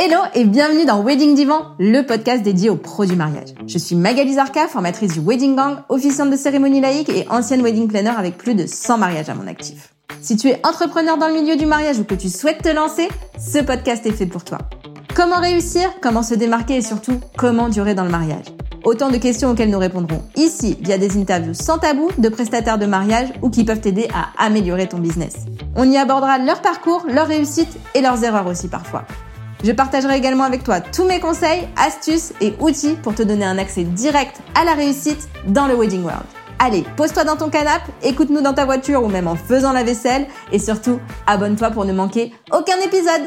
Hello et bienvenue dans Wedding Divan, le podcast dédié aux pros du mariage. Je suis Magali Zarka, formatrice du Wedding Gang, officiante de cérémonie laïque et ancienne wedding planner avec plus de 100 mariages à mon actif. Si tu es entrepreneur dans le milieu du mariage ou que tu souhaites te lancer, ce podcast est fait pour toi. Comment réussir, comment se démarquer et surtout, comment durer dans le mariage. Autant de questions auxquelles nous répondrons ici via des interviews sans tabou de prestataires de mariage ou qui peuvent t'aider à améliorer ton business. On y abordera leur parcours, leurs réussites et leurs erreurs aussi parfois. Je partagerai également avec toi tous mes conseils, astuces et outils pour te donner un accès direct à la réussite dans le Wedding World. Allez, pose-toi dans ton canapé, écoute-nous dans ta voiture ou même en faisant la vaisselle et surtout, abonne-toi pour ne manquer aucun épisode.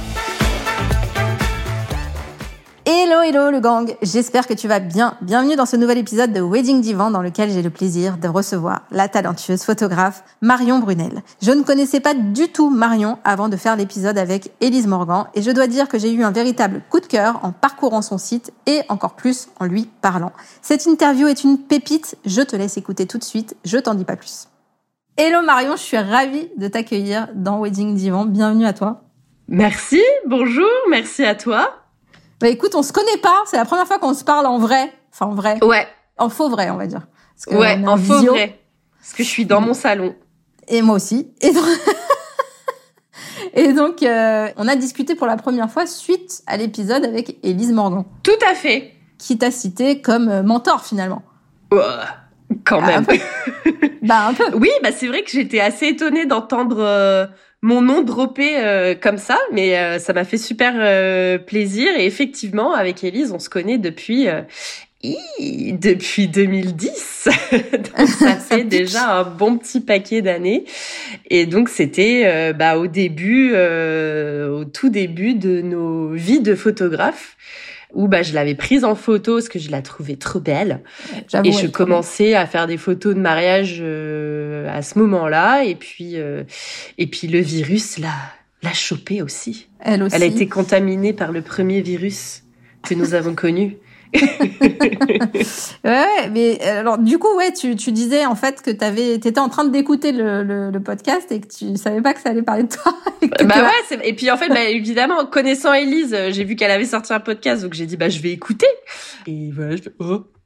Hello le gang, j'espère que tu vas bien. Bienvenue dans ce nouvel épisode de Wedding Divan dans lequel j'ai le plaisir de recevoir la talentueuse photographe Marion Brunel. Je ne connaissais pas du tout Marion avant de faire l'épisode avec Élise Morgan et je dois dire que j'ai eu un véritable coup de cœur en parcourant son site et encore plus en lui parlant. Cette interview est une pépite, je te laisse écouter tout de suite, je t'en dis pas plus. Hello Marion, je suis ravie de t'accueillir dans Wedding Divan, bienvenue à toi. Merci, bonjour, merci à toi. Bah écoute, on se connaît pas, c'est la première fois qu'on se parle en vrai. Enfin en vrai. Ouais. En faux vrai, on va dire. Parce que en faux vrai. Parce que je suis dans mon salon. Et moi aussi. Et donc on a discuté pour la première fois suite à l'épisode avec Élise Morgan. Tout à fait. Qui t'a cité comme mentor finalement. Quand même. Un peu. Oui, c'est vrai que j'étais assez étonnée d'entendre mon nom droppé comme ça, mais ça m'a fait super plaisir. Et effectivement, avec Élise, on se connaît depuis 2010. Donc ça fait déjà un bon petit paquet d'années. Et donc c'était au tout début de nos vies de photographes, où je l'avais prise en photo parce que je la trouvais trop belle. J'avoue, et je commençais à faire des photos de mariage à ce moment-là. Et puis le virus l'a chopée aussi. Elle aussi. Elle a été contaminée par le premier virus que nous avons connu. Ouais, mais alors du coup, tu disais en fait que t'étais en train d'écouter le podcast et que tu savais pas que ça allait parler de toi. Et puis en fait, évidemment, connaissant Élise, j'ai vu qu'elle avait sorti un podcast, donc j'ai dit je vais écouter. Et voilà, je fais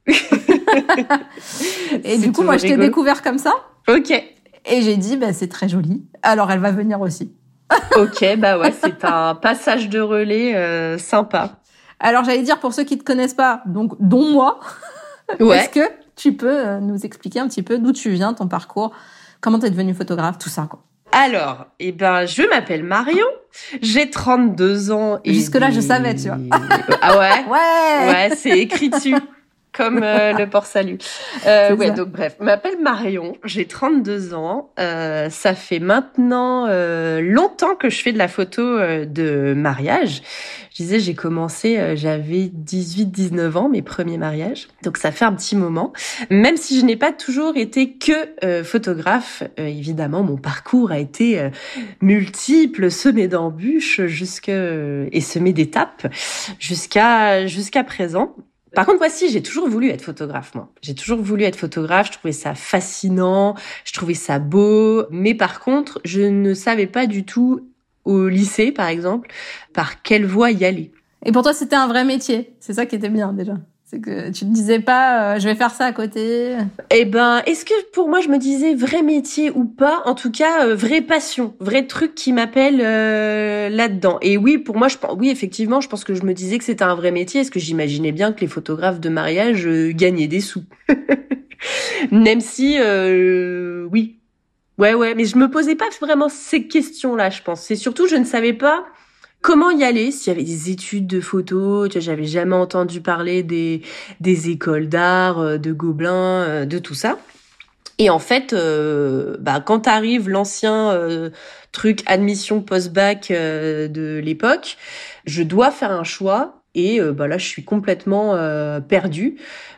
Et du coup, moi, je t'ai découvert comme ça. Ok. Et j'ai dit c'est très joli. Alors elle va venir aussi. Ok, c'est un passage de relais sympa. Alors, j'allais dire, pour ceux qui te connaissent pas, donc, dont moi, est-ce que tu peux nous expliquer un petit peu d'où tu viens, ton parcours, comment t'es devenue photographe, tout ça, quoi. Alors, je m'appelle Marion, j'ai 32 ans. Jusque-là, je savais, tu vois. Ah ouais? Ouais, c'est écrit dessus. Comme le port-salut. Donc bref, je m'appelle Marion, j'ai 32 ans. Ça fait maintenant longtemps que je fais de la photo de mariage. Je disais, j'ai commencé, j'avais 18-19 ans, mes premiers mariages. Donc ça fait un petit moment. Même si je n'ai pas toujours été que photographe, évidemment, mon parcours a été multiple, semé d'embûches et semé d'étapes jusqu'à présent. Par contre, j'ai toujours voulu être photographe, moi. J'ai toujours voulu être photographe, je trouvais ça fascinant, je trouvais ça beau. Mais par contre, je ne savais pas du tout, au lycée, par exemple, par quelle voie y aller. Et pour toi, c'était un vrai métier. C'est ça qui était bien, déjà. C'est que tu te disais pas, je vais faire ça à côté. Est-ce que pour moi, je me disais vrai métier ou pas? En tout cas, vraie passion, vrai truc qui m'appelle là-dedans. Et oui, pour moi, effectivement, je pense que je me disais que c'était un vrai métier, parce que j'imaginais bien que les photographes de mariage gagnaient des sous. Même si, oui. Ouais, mais je me posais pas vraiment ces questions-là, je pense. C'est surtout, je ne savais pas comment y aller, s'il y avait des études de photo, j'avais jamais entendu parler des écoles d'art, de Gobelin, de tout ça. Et en fait, quand arrive l'ancien truc admission post-bac de l'époque, je dois faire un choix et là je suis complètement perdue.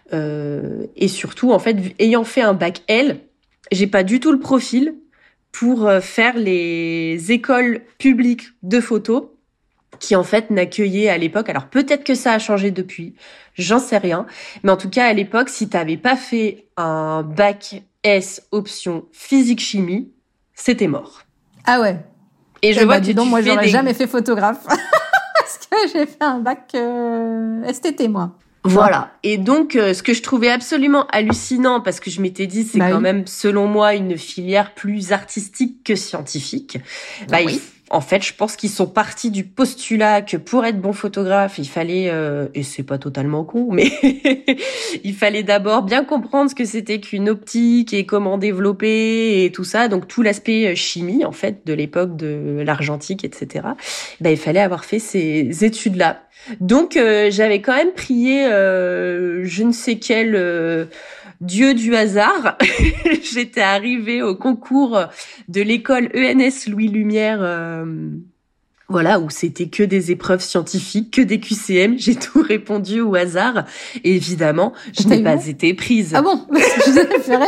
Et surtout, en fait, ayant fait un bac L, j'ai pas du tout le profil pour faire les écoles publiques de photo qui en fait n'accueillait à l'époque. Alors peut-être que ça a changé depuis, j'en sais rien. Mais en tout cas, à l'époque, si t'avais pas fait un bac S option physique-chimie, c'était mort. Ah ouais. Et je vois que dis donc, moi, j'aurais jamais fait photographe. Parce que j'ai fait un bac STT, moi. Voilà. Et donc, ce que je trouvais absolument hallucinant, parce que je m'étais dit, c'est quand même, selon moi, une filière plus artistique que scientifique. En fait, je pense qu'ils sont partis du postulat que pour être bon photographe, il fallait, et c'est pas totalement con, mais il fallait d'abord bien comprendre ce que c'était qu'une optique et comment développer et tout ça. Donc, tout l'aspect chimie, en fait, de l'époque de l'argentique, etc. Il fallait avoir fait ces études-là. Donc, j'avais quand même prié je ne sais quel dieu du hasard. J'étais arrivée au concours de l'école ENS Louis Lumière, où c'était que des épreuves scientifiques, que des QCM. J'ai tout répondu au hasard. Et évidemment, je n'ai pas été prise. Ah bon? Je préférais.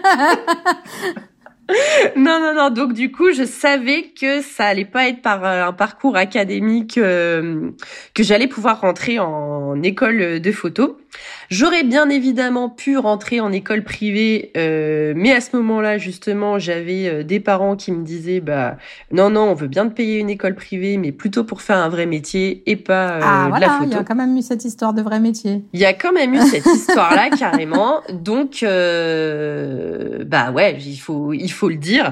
Non. Donc, du coup, je savais que ça allait pas être par un parcours académique que j'allais pouvoir rentrer en école de photo. J'aurais bien évidemment pu rentrer en école privée, mais à ce moment-là, justement, j'avais des parents qui me disaient, non, on veut bien te payer une école privée, mais plutôt pour faire un vrai métier et pas de la photo. Il y a quand même eu cette histoire de vrai métier. Il y a quand même eu cette histoire-là, carrément. Donc, il faut le dire.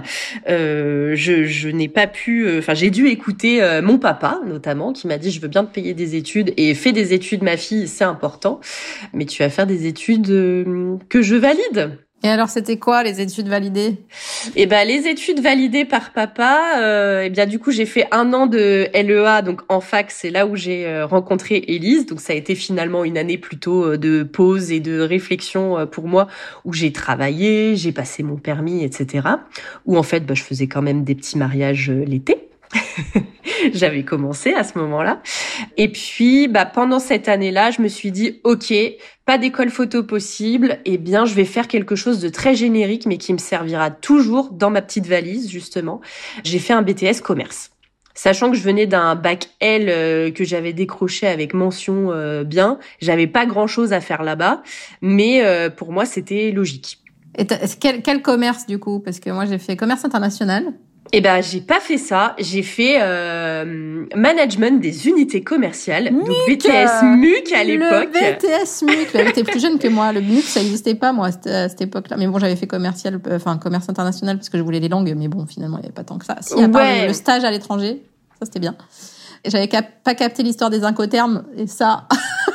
Je n'ai pas pu, j'ai dû écouter mon papa, notamment, qui m'a dit, je veux bien te payer des études et fais des études, ma fille, c'est important. Mais tu vas faire des études que je valide. Et alors, c'était quoi les études validées? Les études validées par papa, du coup, j'ai fait 1 an de LEA, donc en fac, c'est là où j'ai rencontré Élise. Donc, ça a été finalement une année plutôt de pause et de réflexion pour moi, où j'ai travaillé, j'ai passé mon permis, etc. Où en fait, je faisais quand même des petits mariages l'été. J'avais commencé à ce moment-là. Et puis, pendant cette année-là, je me suis dit, OK, pas d'école photo possible. Je vais faire quelque chose de très générique, mais qui me servira toujours dans ma petite valise, justement. J'ai fait un BTS commerce. Sachant que je venais d'un bac L que j'avais décroché avec mention bien. J'avais pas grand-chose à faire là-bas. Mais pour moi, c'était logique. Et quel commerce, du coup? Parce que moi, j'ai fait commerce international. J'ai pas fait ça. J'ai fait management des unités commerciales, donc BTS MUC à l'époque. Le BTS MUC, t'es plus jeune que moi. Le MUC, ça existait pas moi à cette époque-là. Mais bon, j'avais fait commerce international parce que je voulais les langues. Mais bon, finalement, il y avait pas tant que ça. Si, à part le stage à l'étranger, ça c'était bien. Et j'avais pas capté l'histoire des incoterms. Et ça,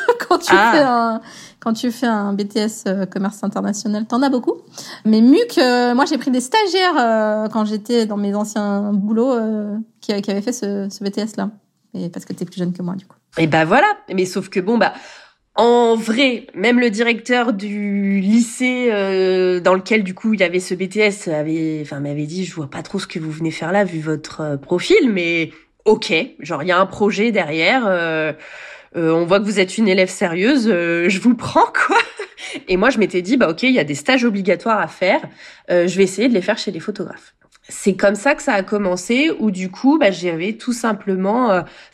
quand tu fais un BTS commerce international, t'en as beaucoup. Mais MUC, moi j'ai pris des stagiaires quand j'étais dans mes anciens boulots qui avaient fait ce BTS là. Et parce que t'es plus jeune que moi du coup. Et voilà. Mais sauf que en vrai, même le directeur du lycée dans lequel du coup il y avait ce BTS m'avait dit, je vois pas trop ce que vous venez faire là vu votre profil, mais ok, genre il y a un projet derrière. On voit que vous êtes une élève sérieuse, je vous prends quoi. Et moi je m'étais dit ok, il y a des stages obligatoires à faire, je vais essayer de les faire chez les photographes. C'est comme ça que ça a commencé, où du coup, j'avais tout simplement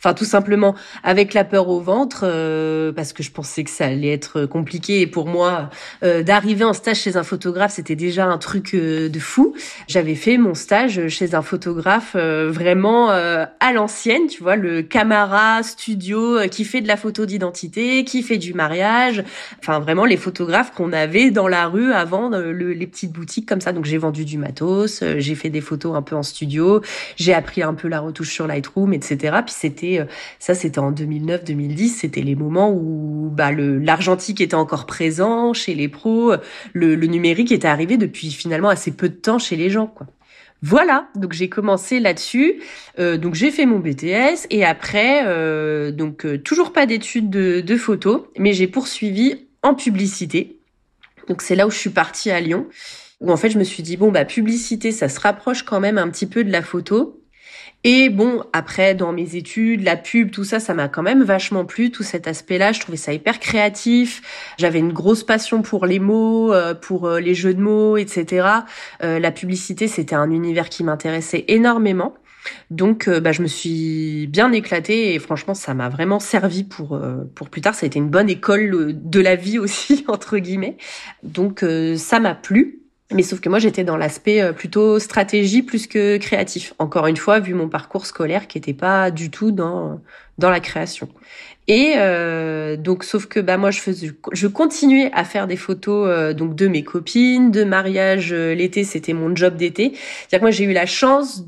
avec la peur au ventre, parce que je pensais que ça allait être compliqué. Et pour moi, d'arriver en stage chez un photographe, c'était déjà un truc de fou. J'avais fait mon stage chez un photographe vraiment à l'ancienne, tu vois, le Camara studio qui fait de la photo d'identité, qui fait du mariage. Enfin, vraiment les photographes qu'on avait dans la rue avant, les petites boutiques comme ça. Donc j'ai vendu du matos, j'ai fait des photos un peu en studio, j'ai appris un peu la retouche sur Lightroom, etc. Puis c'était en 2009-2010, c'était les moments où l'argentique était encore présent chez les pros, le numérique était arrivé depuis finalement assez peu de temps chez les gens, quoi. Voilà, donc j'ai commencé là-dessus, donc j'ai fait mon BTS et après, toujours pas d'études de photo, mais j'ai poursuivi en publicité. Donc c'est là où je suis partie à Lyon, où en fait je me suis dit publicité, ça se rapproche quand même un petit peu de la photo. Et après dans mes études, la pub, tout ça, ça m'a quand même vachement plu, tout cet aspect-là. Je trouvais ça hyper créatif. J'avais une grosse passion pour les mots, pour les jeux de mots, etc. La publicité, c'était un univers qui m'intéressait énormément. Donc je me suis bien éclatée et franchement ça m'a vraiment servi pour plus tard. Ça a été une bonne école de la vie aussi entre guillemets. Donc ça m'a plu. Mais sauf que moi, j'étais dans l'aspect plutôt stratégie plus que créatif. Encore une fois, vu mon parcours scolaire qui était pas du tout dans la création. Et donc, sauf que moi, je continuais à faire des photos donc de mes copines, de mariage l'été, c'était mon job d'été. C'est-à-dire que moi, j'ai eu la chance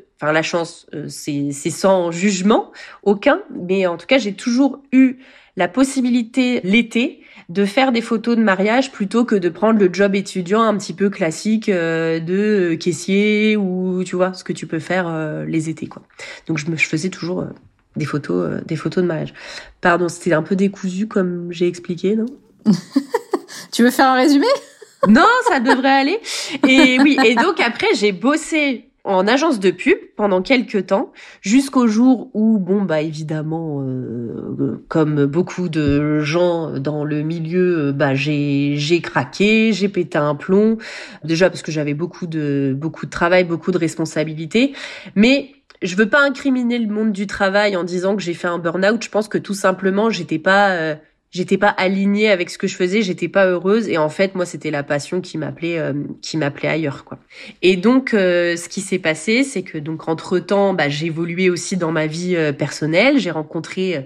c'est sans jugement aucun, mais en tout cas, j'ai toujours eu la possibilité l'été de faire des photos de mariage plutôt que de prendre le job étudiant un petit peu classique de caissier ou tu vois ce que tu peux faire les étés quoi. Donc je faisais toujours des photos de mariage. Pardon, c'était un peu décousu comme j'ai expliqué, non? Tu veux faire un résumé? Non, ça devrait aller. Et oui, et donc après j'ai bossé en agence de pub pendant quelques temps, jusqu'au jour où, évidemment, comme beaucoup de gens dans le milieu, j'ai craqué, j'ai pété un plomb. Déjà parce que j'avais beaucoup de travail, beaucoup de responsabilités. Mais je veux pas incriminer le monde du travail en disant que j'ai fait un burn-out. Je pense que tout simplement, j'étais pas alignée avec ce que je faisais, j'étais pas heureuse et en fait moi c'était la passion qui m'appelait ailleurs quoi. Et donc ce qui s'est passé c'est que donc entre-temps j'ai évolué aussi dans ma vie personnelle, j'ai rencontré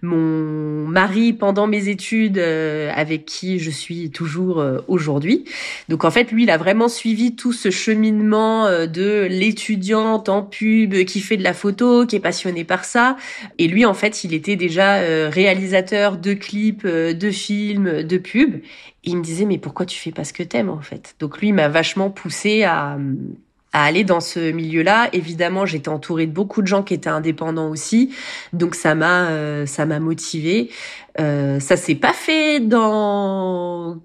mon mari pendant mes études avec qui je suis toujours aujourd'hui. Donc en fait lui il a vraiment suivi tout ce cheminement de l'étudiante en pub qui fait de la photo, qui est passionné par ça et lui en fait il était déjà réalisateur de clips, de films, de pubs. Et il me disait, mais pourquoi tu fais pas ce que t'aimes, en fait? Donc lui, il m'a vachement poussé à aller dans ce milieu-là. Évidemment, j'étais entourée de beaucoup de gens qui étaient indépendants aussi. Donc ça m'a motivée. Ça s'est pas fait dans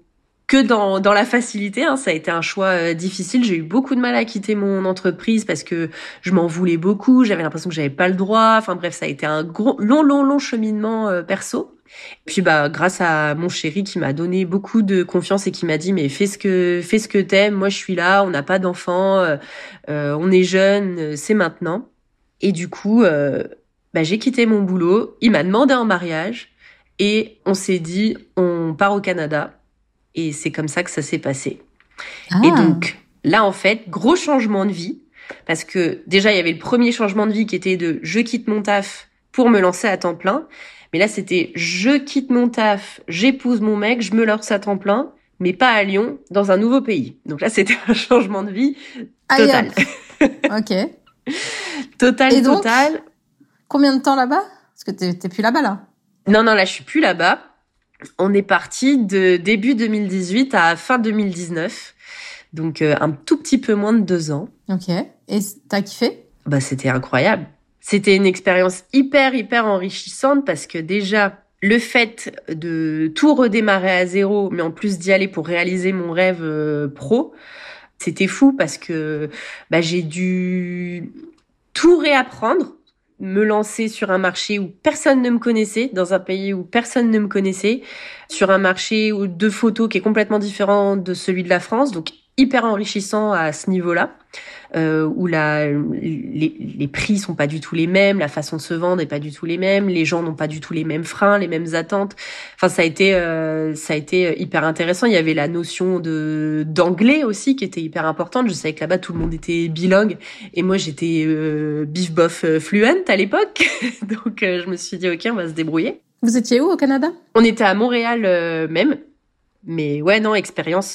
la facilité, hein. Ça a été un choix difficile. J'ai eu beaucoup de mal à quitter mon entreprise parce que je m'en voulais beaucoup. J'avais l'impression que j'avais pas le droit. Enfin bref, ça a été un long cheminement perso. Puis grâce à mon chéri qui m'a donné beaucoup de confiance et qui m'a dit mais fais ce que t'aimes, moi je suis là, on n'a pas d'enfants, on est jeunes, c'est maintenant. Et du coup j'ai quitté mon boulot, il m'a demandé en mariage et on s'est dit on part au Canada et c'est comme ça que ça s'est passé. Et donc là en fait gros changement de vie parce que déjà il y avait le premier changement de vie qui était de je quitte mon taf pour me lancer à temps plein. Mais là, c'était je quitte mon taf, j'épouse mon mec, je me lance à temps plein, mais pas à Lyon, dans un nouveau pays. Donc là, c'était un changement de vie total. Ok. Total. Et donc, combien de temps là-bas? Parce que t'es plus là-bas, là. Non, là, je suis plus là-bas. On est parti de début 2018 à fin 2019. Donc, un tout petit peu moins de 2 ans. Ok. Et t'as kiffé? C'était incroyable. C'était une expérience hyper enrichissante parce que déjà, le fait de tout redémarrer à zéro, mais en plus d'y aller pour réaliser mon rêve pro, c'était fou parce que j'ai dû tout réapprendre, me lancer sur un marché où personne ne me connaissait, dans un pays où personne ne me connaissait, sur un marché de photos qui est complètement différent de celui de la France, donc hyper enrichissant à ce niveau-là. Où les prix sont pas du tout les mêmes, la façon de se vendre est pas du tout les mêmes, les gens n'ont pas du tout les mêmes freins, les mêmes attentes. Enfin, ça a été hyper intéressant. Il y avait la notion d'anglais aussi qui était hyper importante. Je savais que là-bas tout le monde était bilingue et moi j'étais bif bof fluent à l'époque. Donc je me suis dit ok, on va se débrouiller. Vous étiez où au Canada? On était à Montréal même. Mais ouais, non, expérience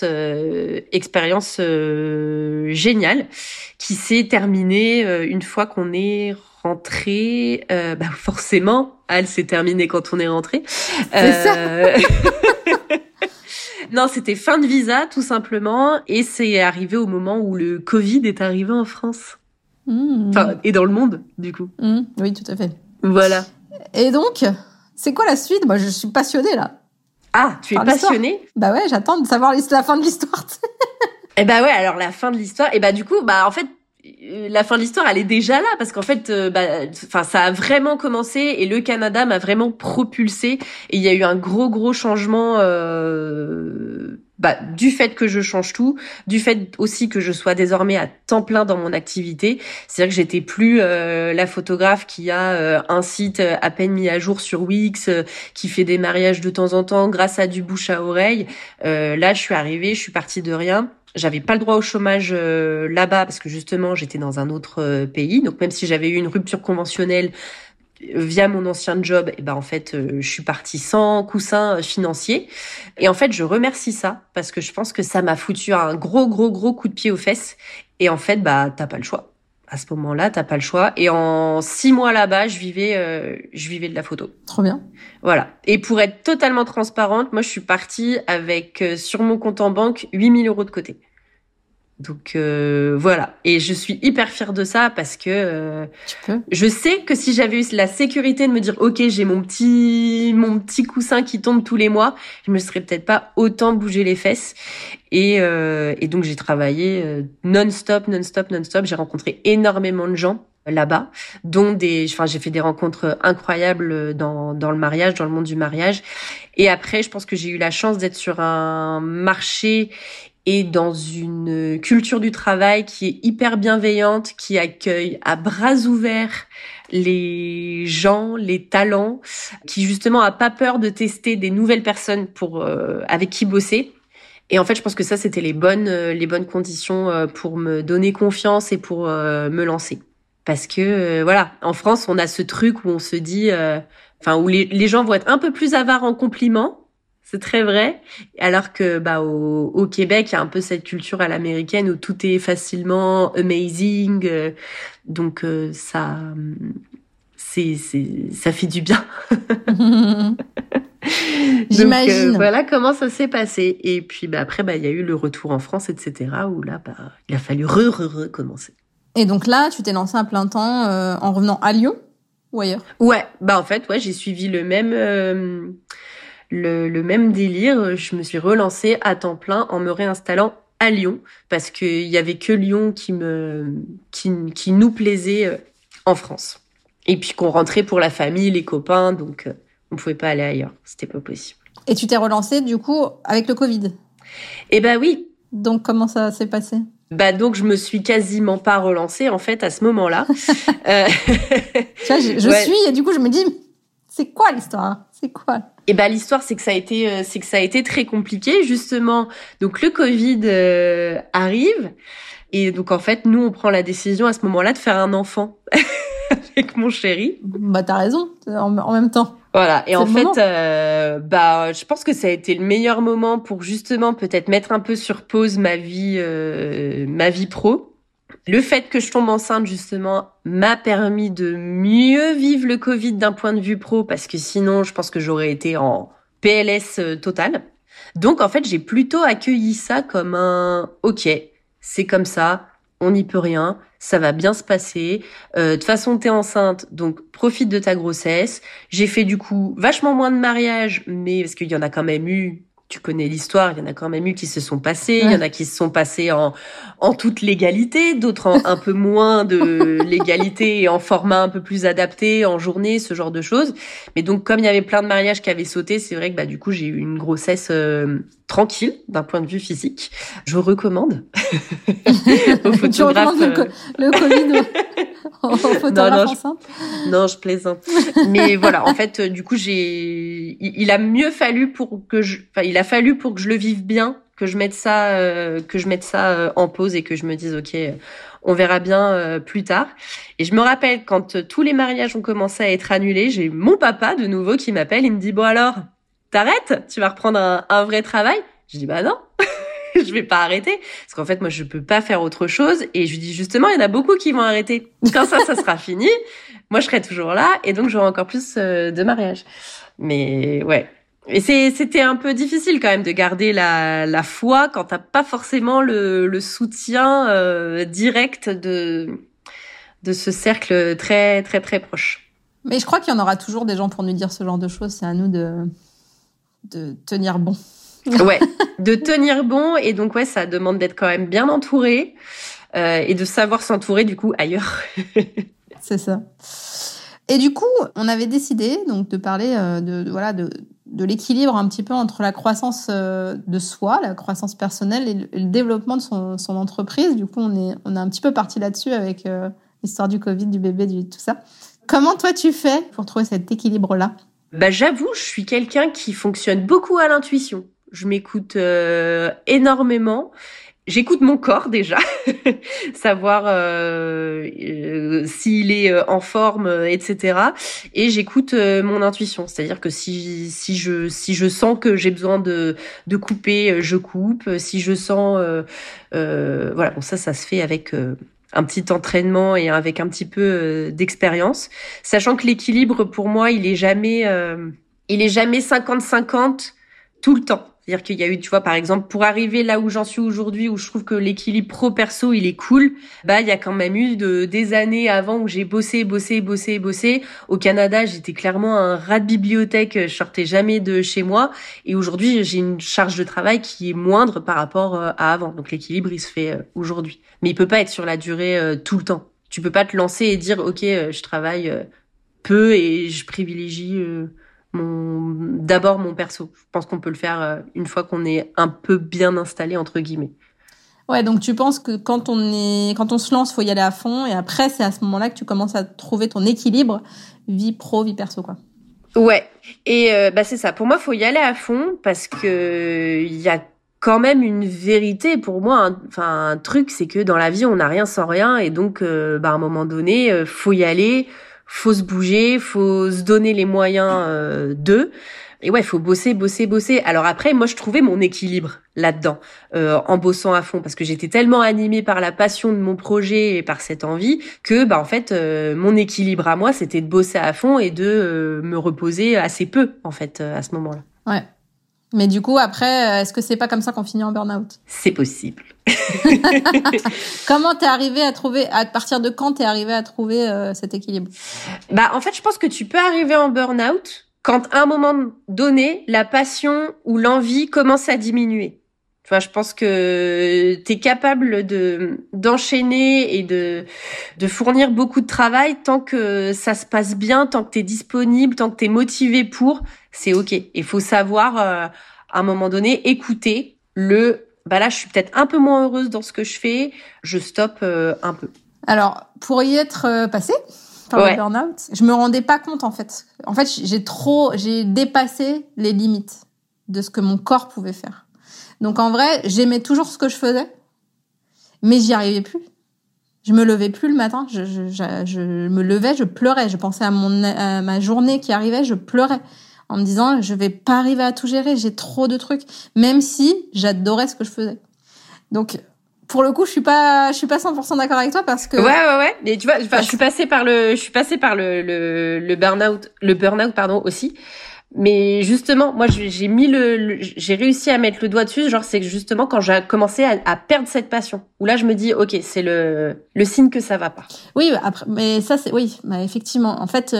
géniale qui s'est terminée une fois qu'on est rentré. Forcément, elle s'est terminée quand on est rentré. C'est ça. Non, c'était fin de visa tout simplement, et c'est arrivé au moment où le Covid est arrivé en France. Enfin, et dans le monde, du coup. Oui, tout à fait. Voilà. Et donc, c'est quoi la suite? Moi, je suis passionnée là. Ah, tu es passionnée? Bah ouais, j'attends de savoir la fin de l'histoire. Eh ouais, alors la fin de l'histoire, du coup, en fait, la fin de l'histoire, elle est déjà là parce qu'en fait, ça a vraiment commencé et le Canada m'a vraiment propulsée et il y a eu un gros changement du fait que je change tout, du fait aussi que je sois désormais à temps plein dans mon activité. C'est-à-dire que j'étais plus la photographe qui a un site à peine mis à jour sur Wix, qui fait des mariages de temps en temps grâce à du bouche à oreille. Là, je suis partie de rien. J'avais pas le droit au chômage là-bas parce que justement j'étais dans un autre pays. Donc même si j'avais eu une rupture conventionnelle via mon ancien job, et ben en fait je suis partie sans coussin financier. Et en fait je remercie ça parce que je pense que ça m'a foutu un gros coup de pied aux fesses. Et en fait t'as pas le choix. À ce moment-là, t'as pas le choix. Et en 6 mois là-bas, je vivais de la photo. Trop bien. Voilà. Et pour être totalement transparente, moi, je suis partie avec, sur mon compte en banque, 8 000 € de côté. Donc, voilà. Et je suis hyper fière de ça parce que, je sais que si j'avais eu la sécurité de me dire, OK, j'ai mon petit coussin qui tombe tous les mois, je me serais peut-être pas autant bougé les fesses. Et donc, j'ai travaillé non-stop. J'ai rencontré énormément de gens là-bas, dont j'ai fait des rencontres incroyables dans le mariage, dans le monde du mariage. Et après, je pense que j'ai eu la chance d'être sur un marché et dans une culture du travail qui est hyper bienveillante, qui accueille à bras ouverts les gens, les talents, qui justement a pas peur de tester des nouvelles personnes avec qui bosser. Et en fait, je pense que ça, c'était les bonnes conditions pour me donner confiance et pour me lancer. Parce que voilà, en France, on a ce truc où on se dit, où les gens vont être un peu plus avares en compliments. C'est très vrai. Alors que au Québec, il y a un peu cette culture à l'américaine où tout est facilement amazing. Donc ça fait du bien. J'imagine. Donc voilà comment ça s'est passé. Et puis après il y a eu le retour en France, etc. où là il a fallu recommencer. Et donc là, tu t'es lancée à plein temps en revenant à Lyon ou ailleurs? Ouais, en fait, j'ai suivi le même délire. Je me suis relancée à temps plein en me réinstallant à Lyon parce qu'il y avait que Lyon qui nous plaisait en France. Et puis qu'on rentrait pour la famille, les copains, donc on pouvait pas aller ailleurs, c'était pas possible. Et tu t'es relancée du coup avec le Covid? Eh oui. Donc comment ça s'est passé? Donc je me suis quasiment pas relancée en fait à ce moment-là. Tu vois, je suis et du coup je me dis c'est quoi l'histoire? C'est quoi? Et l'histoire c'est que ça a été très compliqué justement. Donc le Covid arrive et donc en fait nous on prend la décision à ce moment-là de faire un enfant avec mon chéri. T'as raison en même temps. Voilà. Et en fait, je pense que ça a été le meilleur moment pour justement peut-être mettre un peu sur pause ma vie pro. Le fait que je tombe enceinte, justement, m'a permis de mieux vivre le Covid d'un point de vue pro parce que sinon, je pense que j'aurais été en PLS total. Donc, en fait, j'ai plutôt accueilli ça comme un « OK, c'est comme ça, on n'y peut rien. » Ça va bien se passer. De toute façon, t'es enceinte, donc profite de ta grossesse. J'ai fait du coup vachement moins de mariages, mais parce qu'il y en a quand même eu, tu connais l'histoire, il y en a quand même eu qui se sont passés. Il y en a qui se sont passés en toute légalité, d'autres en un peu moins de légalité et en format un peu plus adapté, en journée, ce genre de choses. Mais donc, comme il y avait plein de mariages qui avaient sauté, c'est vrai que du coup, j'ai eu une grossesse tranquille d'un point de vue physique. Je recommande aux photographes. Tu recommandes le Covid aux photographes enceintes? Non, je plaisante. Mais voilà, en fait, du coup, il a fallu pour que je le vive bien, que je mette ça en pause et que je me dise OK, on verra bien plus tard. Et je me rappelle quand tous les mariages ont commencé à être annulés, j'ai mon papa de nouveau qui m'appelle, il me dit bon alors, t'arrêtes? Tu vas reprendre un vrai travail? Je dis non. Je vais pas arrêter parce qu'en fait moi je peux pas faire autre chose et je lui dis justement il y en a beaucoup qui vont arrêter. Quand ça sera fini, moi je serai toujours là et donc j'aurai encore plus de mariages. Mais ouais. Et c'était un peu difficile quand même de garder la foi quand t'as pas forcément le soutien direct de ce cercle très très très proche. Mais je crois qu'il y en aura toujours des gens pour nous dire ce genre de choses, c'est à nous de tenir bon. Ouais, de tenir bon et donc ça demande d'être quand même bien entouré et de savoir s'entourer du coup ailleurs. C'est ça. Et du coup, on avait décidé donc de parler de l'équilibre un petit peu entre la croissance de soi, la croissance personnelle et le développement de son entreprise. Du coup, on est un petit peu parti là-dessus avec l'histoire du Covid, du bébé, tout ça. Comment toi tu fais pour trouver cet équilibre-là? J'avoue, je suis quelqu'un qui fonctionne beaucoup à l'intuition. Je m'écoute énormément j'écoute mon corps déjà, savoir s'il est en forme, etc. Et j'écoute mon intuition, c'est-à-dire que si je sens que j'ai besoin de couper, je coupe. Si je sens voilà, bon ça se fait avec un petit entraînement et avec un petit peu d'expérience, sachant que l'équilibre pour moi il est jamais 50-50 tout le temps. C'est-à-dire qu'il y a eu, tu vois, par exemple, pour arriver là où j'en suis aujourd'hui, où je trouve que l'équilibre pro-perso, il est cool, bah, il y a quand même eu des années avant où j'ai bossé. Au Canada, j'étais clairement un rat de bibliothèque, je sortais jamais de chez moi. Et aujourd'hui, j'ai une charge de travail qui est moindre par rapport à avant. Donc, l'équilibre, il se fait aujourd'hui. Mais il peut pas être sur la durée tout le temps. Tu peux pas te lancer et dire, OK, je travaille peu et je privilégie d'abord mon perso. Je pense qu'on peut le faire une fois qu'on est un peu bien installé entre guillemets. Ouais, donc tu penses que quand on se lance, faut y aller à fond, et après c'est à ce moment-là que tu commences à trouver ton équilibre vie pro, vie perso, quoi. Ouais. Et c'est ça. Pour moi, faut y aller à fond parce que il y a quand même une vérité pour moi. Un truc, c'est que dans la vie, on n'a rien sans rien, et donc à un moment donné, faut y aller. Faut se bouger, faut se donner les moyens d'eux. Et ouais, faut bosser. Alors après, moi, je trouvais mon équilibre là-dedans, en bossant à fond, parce que j'étais tellement animée par la passion de mon projet et par cette envie que, en fait, mon équilibre à moi, c'était de bosser à fond et de me reposer assez peu, en fait, à ce moment-là. Ouais. Mais du coup, après, est-ce que c'est pas comme ça qu'on finit en burn-out ? C'est possible. Comment t'es arrivé à partir de quand t'es arrivé à trouver cet équilibre ? En fait, je pense que tu peux arriver en burn-out quand, à un moment donné, la passion ou l'envie commence à diminuer. Tu vois, je pense que t'es capable d'enchaîner et de fournir beaucoup de travail tant que ça se passe bien, tant que t'es disponible, tant que t'es motivé pour, c'est OK. Il faut savoir, à un moment donné, écouter là, je suis peut-être un peu moins heureuse dans ce que je fais, je stoppe un peu. Alors, pour y être passée par le burn-out, je me rendais pas compte, en fait. En fait, j'ai dépassé les limites de ce que mon corps pouvait faire. Donc, en vrai, j'aimais toujours ce que je faisais, mais j'y arrivais plus. Je me levais plus le matin. Je me levais, je pleurais. Je pensais à ma journée qui arrivait, je pleurais. En me disant, je vais pas arriver à tout gérer, j'ai trop de trucs. Même si j'adorais ce que je faisais. Donc, pour le coup, je suis pas 100% d'accord avec toi parce que... Ouais. Mais tu vois, je suis passée par le burn-out, pardon, aussi. Mais justement, moi, j'ai réussi à mettre le doigt dessus. Genre, c'est justement quand j'ai commencé à perdre cette passion. Où là, je me dis, OK, c'est le signe que ça va pas. Oui, après, mais ça, effectivement. En fait,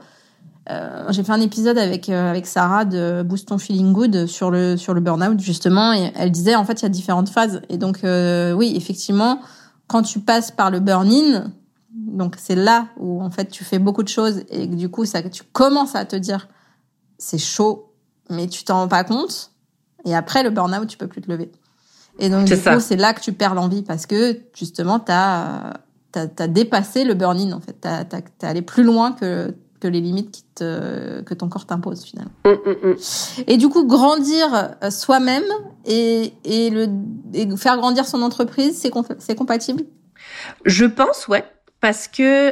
j'ai fait un épisode avec Sarah de Boost Ton Feeling Good sur le burn-out, justement. Et elle disait, en fait, il y a différentes phases. Et donc, oui, effectivement, quand tu passes par le burn-in, donc c'est là où, en fait, tu fais beaucoup de choses et que, du coup, tu commences à te dire, c'est chaud, mais tu t'en rends pas compte. Et après, le burn-out, tu peux plus te lever. Et donc, du coup, c'est là que tu perds l'envie parce que, justement, t'as dépassé le burn-in, en fait. T'es allé plus loin que les limites que ton corps t'impose, finalement. Et du coup, grandir soi-même et faire grandir son entreprise, c'est compatible ? Je pense, ouais. Parce que,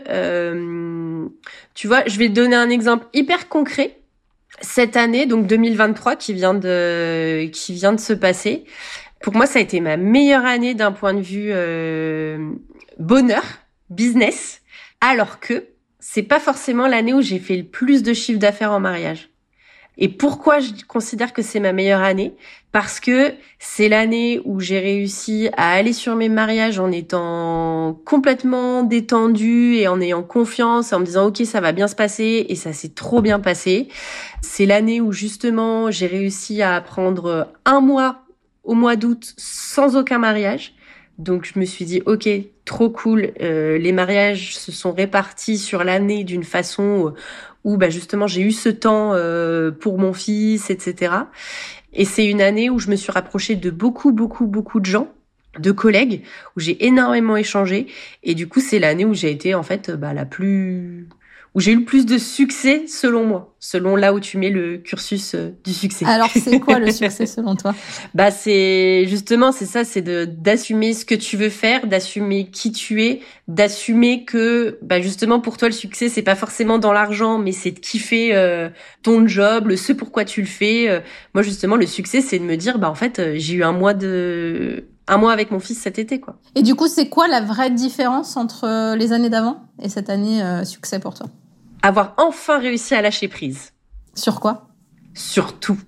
tu vois, je vais te donner un exemple hyper concret. Cette année, donc 2023, qui vient de se passer, pour moi, ça a été ma meilleure année d'un point de vue bonheur, business, alors que c'est pas forcément l'année où j'ai fait le plus de chiffre d'affaires en mariage. Et pourquoi je considère que c'est ma meilleure année ? Parce que c'est l'année où j'ai réussi à aller sur mes mariages en étant complètement détendue et en ayant confiance, en me disant OK, ça va bien se passer, et ça s'est trop bien passé. C'est l'année où justement j'ai réussi à prendre un mois au mois d'août sans aucun mariage. Donc je me suis dit OK, trop cool, les mariages se sont répartis sur l'année d'une façon où justement j'ai eu ce temps pour mon fils, etc. Et c'est une année où je me suis rapprochée de beaucoup de gens, de collègues, où j'ai énormément échangé. Et du coup, c'est l'année où j'ai été en fait où j'ai eu le plus de succès selon moi, selon là où tu mets le cursus du succès. Alors, c'est quoi le succès selon toi? C'est justement, c'est ça, c'est d'assumer ce que tu veux faire, d'assumer qui tu es, d'assumer que, justement, pour toi, le succès, c'est pas forcément dans l'argent, mais c'est de kiffer ton job, ce pourquoi tu le fais. Moi, justement, le succès, c'est de me dire, en fait, j'ai eu un mois avec mon fils cet été, quoi. Et du coup, c'est quoi la vraie différence entre les années d'avant et cette année succès pour toi? Avoir enfin réussi à lâcher prise. Sur quoi? Sur tout.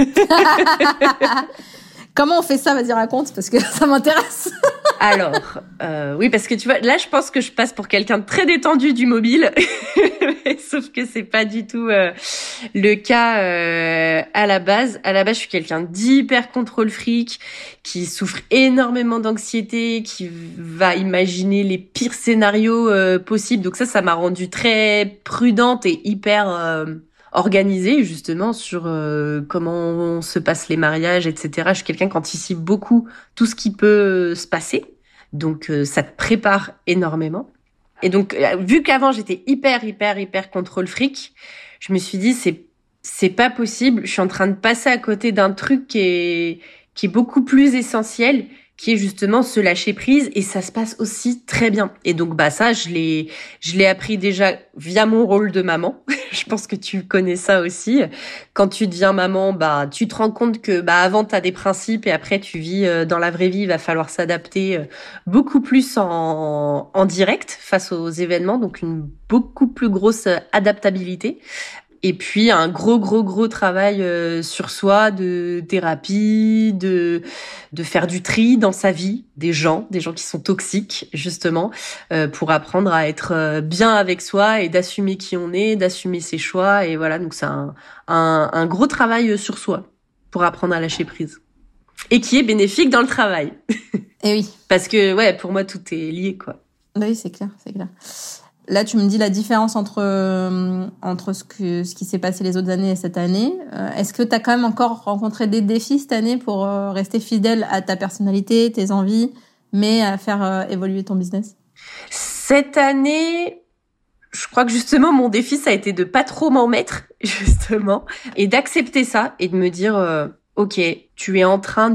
Comment on fait ça? Vas-y, raconte, parce que ça m'intéresse. Alors, oui, parce que tu vois, là, je pense que je passe pour quelqu'un de très détendu du mobile, sauf que c'est pas du tout le cas à la base. À la base, je suis quelqu'un d'hyper contrôle fric, qui souffre énormément d'anxiété, qui va imaginer les pires scénarios possibles. Donc ça m'a rendue très prudente et hyper organisée justement sur comment se passent les mariages, etc. Je suis quelqu'un qui anticipe beaucoup tout ce qui peut se passer. Donc ça te prépare énormément. Et donc vu qu'avant j'étais hyper contrôle fric, je me suis dit c'est pas possible, je suis en train de passer à côté d'un truc qui est beaucoup plus essentiel, qui est justement se lâcher prise, et ça se passe aussi très bien. Et donc ça je l'ai appris déjà via mon rôle de maman. Je pense que tu connais ça aussi. Quand tu deviens maman, tu te rends compte que avant t'as des principes et après tu vis dans la vraie vie, il va falloir s'adapter beaucoup plus en direct face aux événements, donc une beaucoup plus grosse adaptabilité. Et puis un gros travail sur soi, de thérapie, de faire du tri dans sa vie, des gens qui sont toxiques justement, pour apprendre à être bien avec soi et d'assumer qui on est, d'assumer ses choix. Et voilà, donc c'est un gros travail sur soi pour apprendre à lâcher prise, et qui est bénéfique dans le travail. Et oui. Parce que pour moi tout est lié, quoi. Oui, c'est clair. Là, tu me dis la différence entre ce qui s'est passé les autres années et cette année. Est-ce que tu as quand même encore rencontré des défis cette année pour rester fidèle à ta personnalité, tes envies, mais à faire évoluer ton business? Cette année, je crois que justement mon défi, ça a été de pas trop m'en mettre, justement, et d'accepter ça et de me dire ok, tu es en train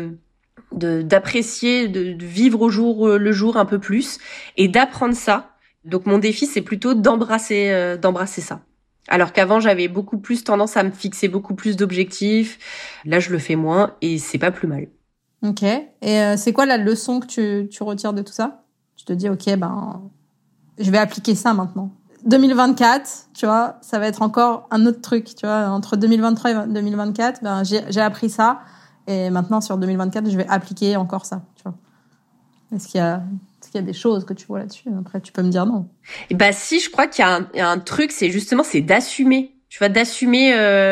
d'apprécier, de vivre au jour le jour un peu plus, et d'apprendre ça. Donc mon défi, c'est plutôt d'embrasser ça. Alors qu'avant, j'avais beaucoup plus tendance à me fixer beaucoup plus d'objectifs. Là, je le fais moins et c'est pas plus mal. Ok. Et c'est quoi la leçon que tu retires de tout ça? Tu te dis, ok, je vais appliquer ça maintenant. 2024, tu vois, ça va être encore un autre truc, tu vois. Entre 2023 et 2024, j'ai appris ça. Et maintenant, sur 2024, je vais appliquer encore ça, tu vois. Est-ce qu'il y a des choses que tu vois là-dessus? Après, tu peux me dire non. Et si, je crois qu'il y a un truc, c'est d'assumer. Tu vois, d'assumer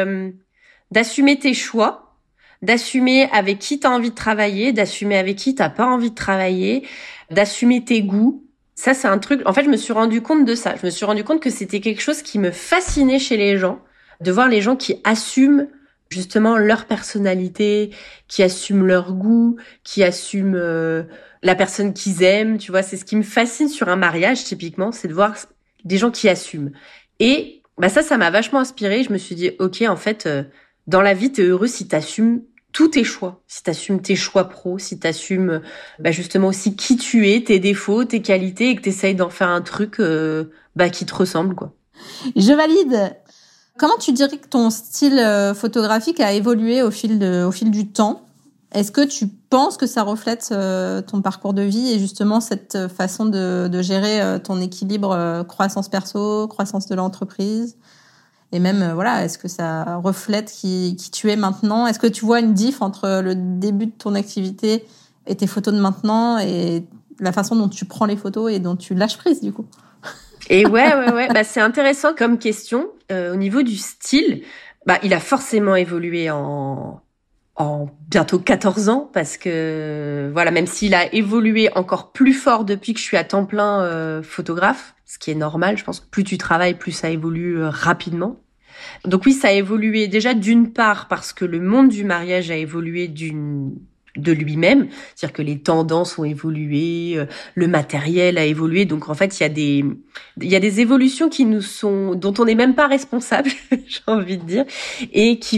tes choix, d'assumer avec qui t'as envie de travailler, d'assumer avec qui t'as pas envie de travailler, d'assumer tes goûts. Ça, c'est un truc. En fait, je me suis rendu compte de ça. Je me suis rendu compte que c'était quelque chose qui me fascinait chez les gens, de voir les gens qui assument justement leur personnalité, qui assument leur goût, qui assument la personne qu'ils aiment, tu vois. C'est ce qui me fascine sur un mariage, typiquement, c'est de voir des gens qui assument. Et ça m'a vachement inspirée. Je me suis dit, ok, en fait, dans la vie, t'es heureux si t'assumes tous tes choix, si t'assumes tes choix pro, si t'assumes justement aussi qui tu es, tes défauts, tes qualités, et que t'essayes d'en faire un truc qui te ressemble, quoi. Je valide. Comment tu dirais que ton style photographique a évolué au fil du temps? Est-ce que tu penses que ça reflète ton parcours de vie et justement cette façon de gérer ton équilibre croissance perso, croissance de l'entreprise? Et même, est-ce que ça reflète qui tu es maintenant? Est-ce que tu vois une diff entre le début de ton activité et tes photos de maintenant et la façon dont tu prends les photos et dont tu lâches prise, du coup? Et ouais. C'est intéressant comme question. Au niveau du style, il a forcément évolué en bientôt 14 ans, parce que même s'il a évolué encore plus fort depuis que je suis à temps plein photographe, ce qui est normal, je pense que plus tu travailles, plus ça évolue rapidement. Donc oui, ça a évolué déjà d'une part parce que le monde du mariage a évolué de lui-même, c'est-à-dire que les tendances ont évolué, le matériel a évolué, donc en fait il y a des évolutions dont on n'est même pas responsable, j'ai envie de dire, et qui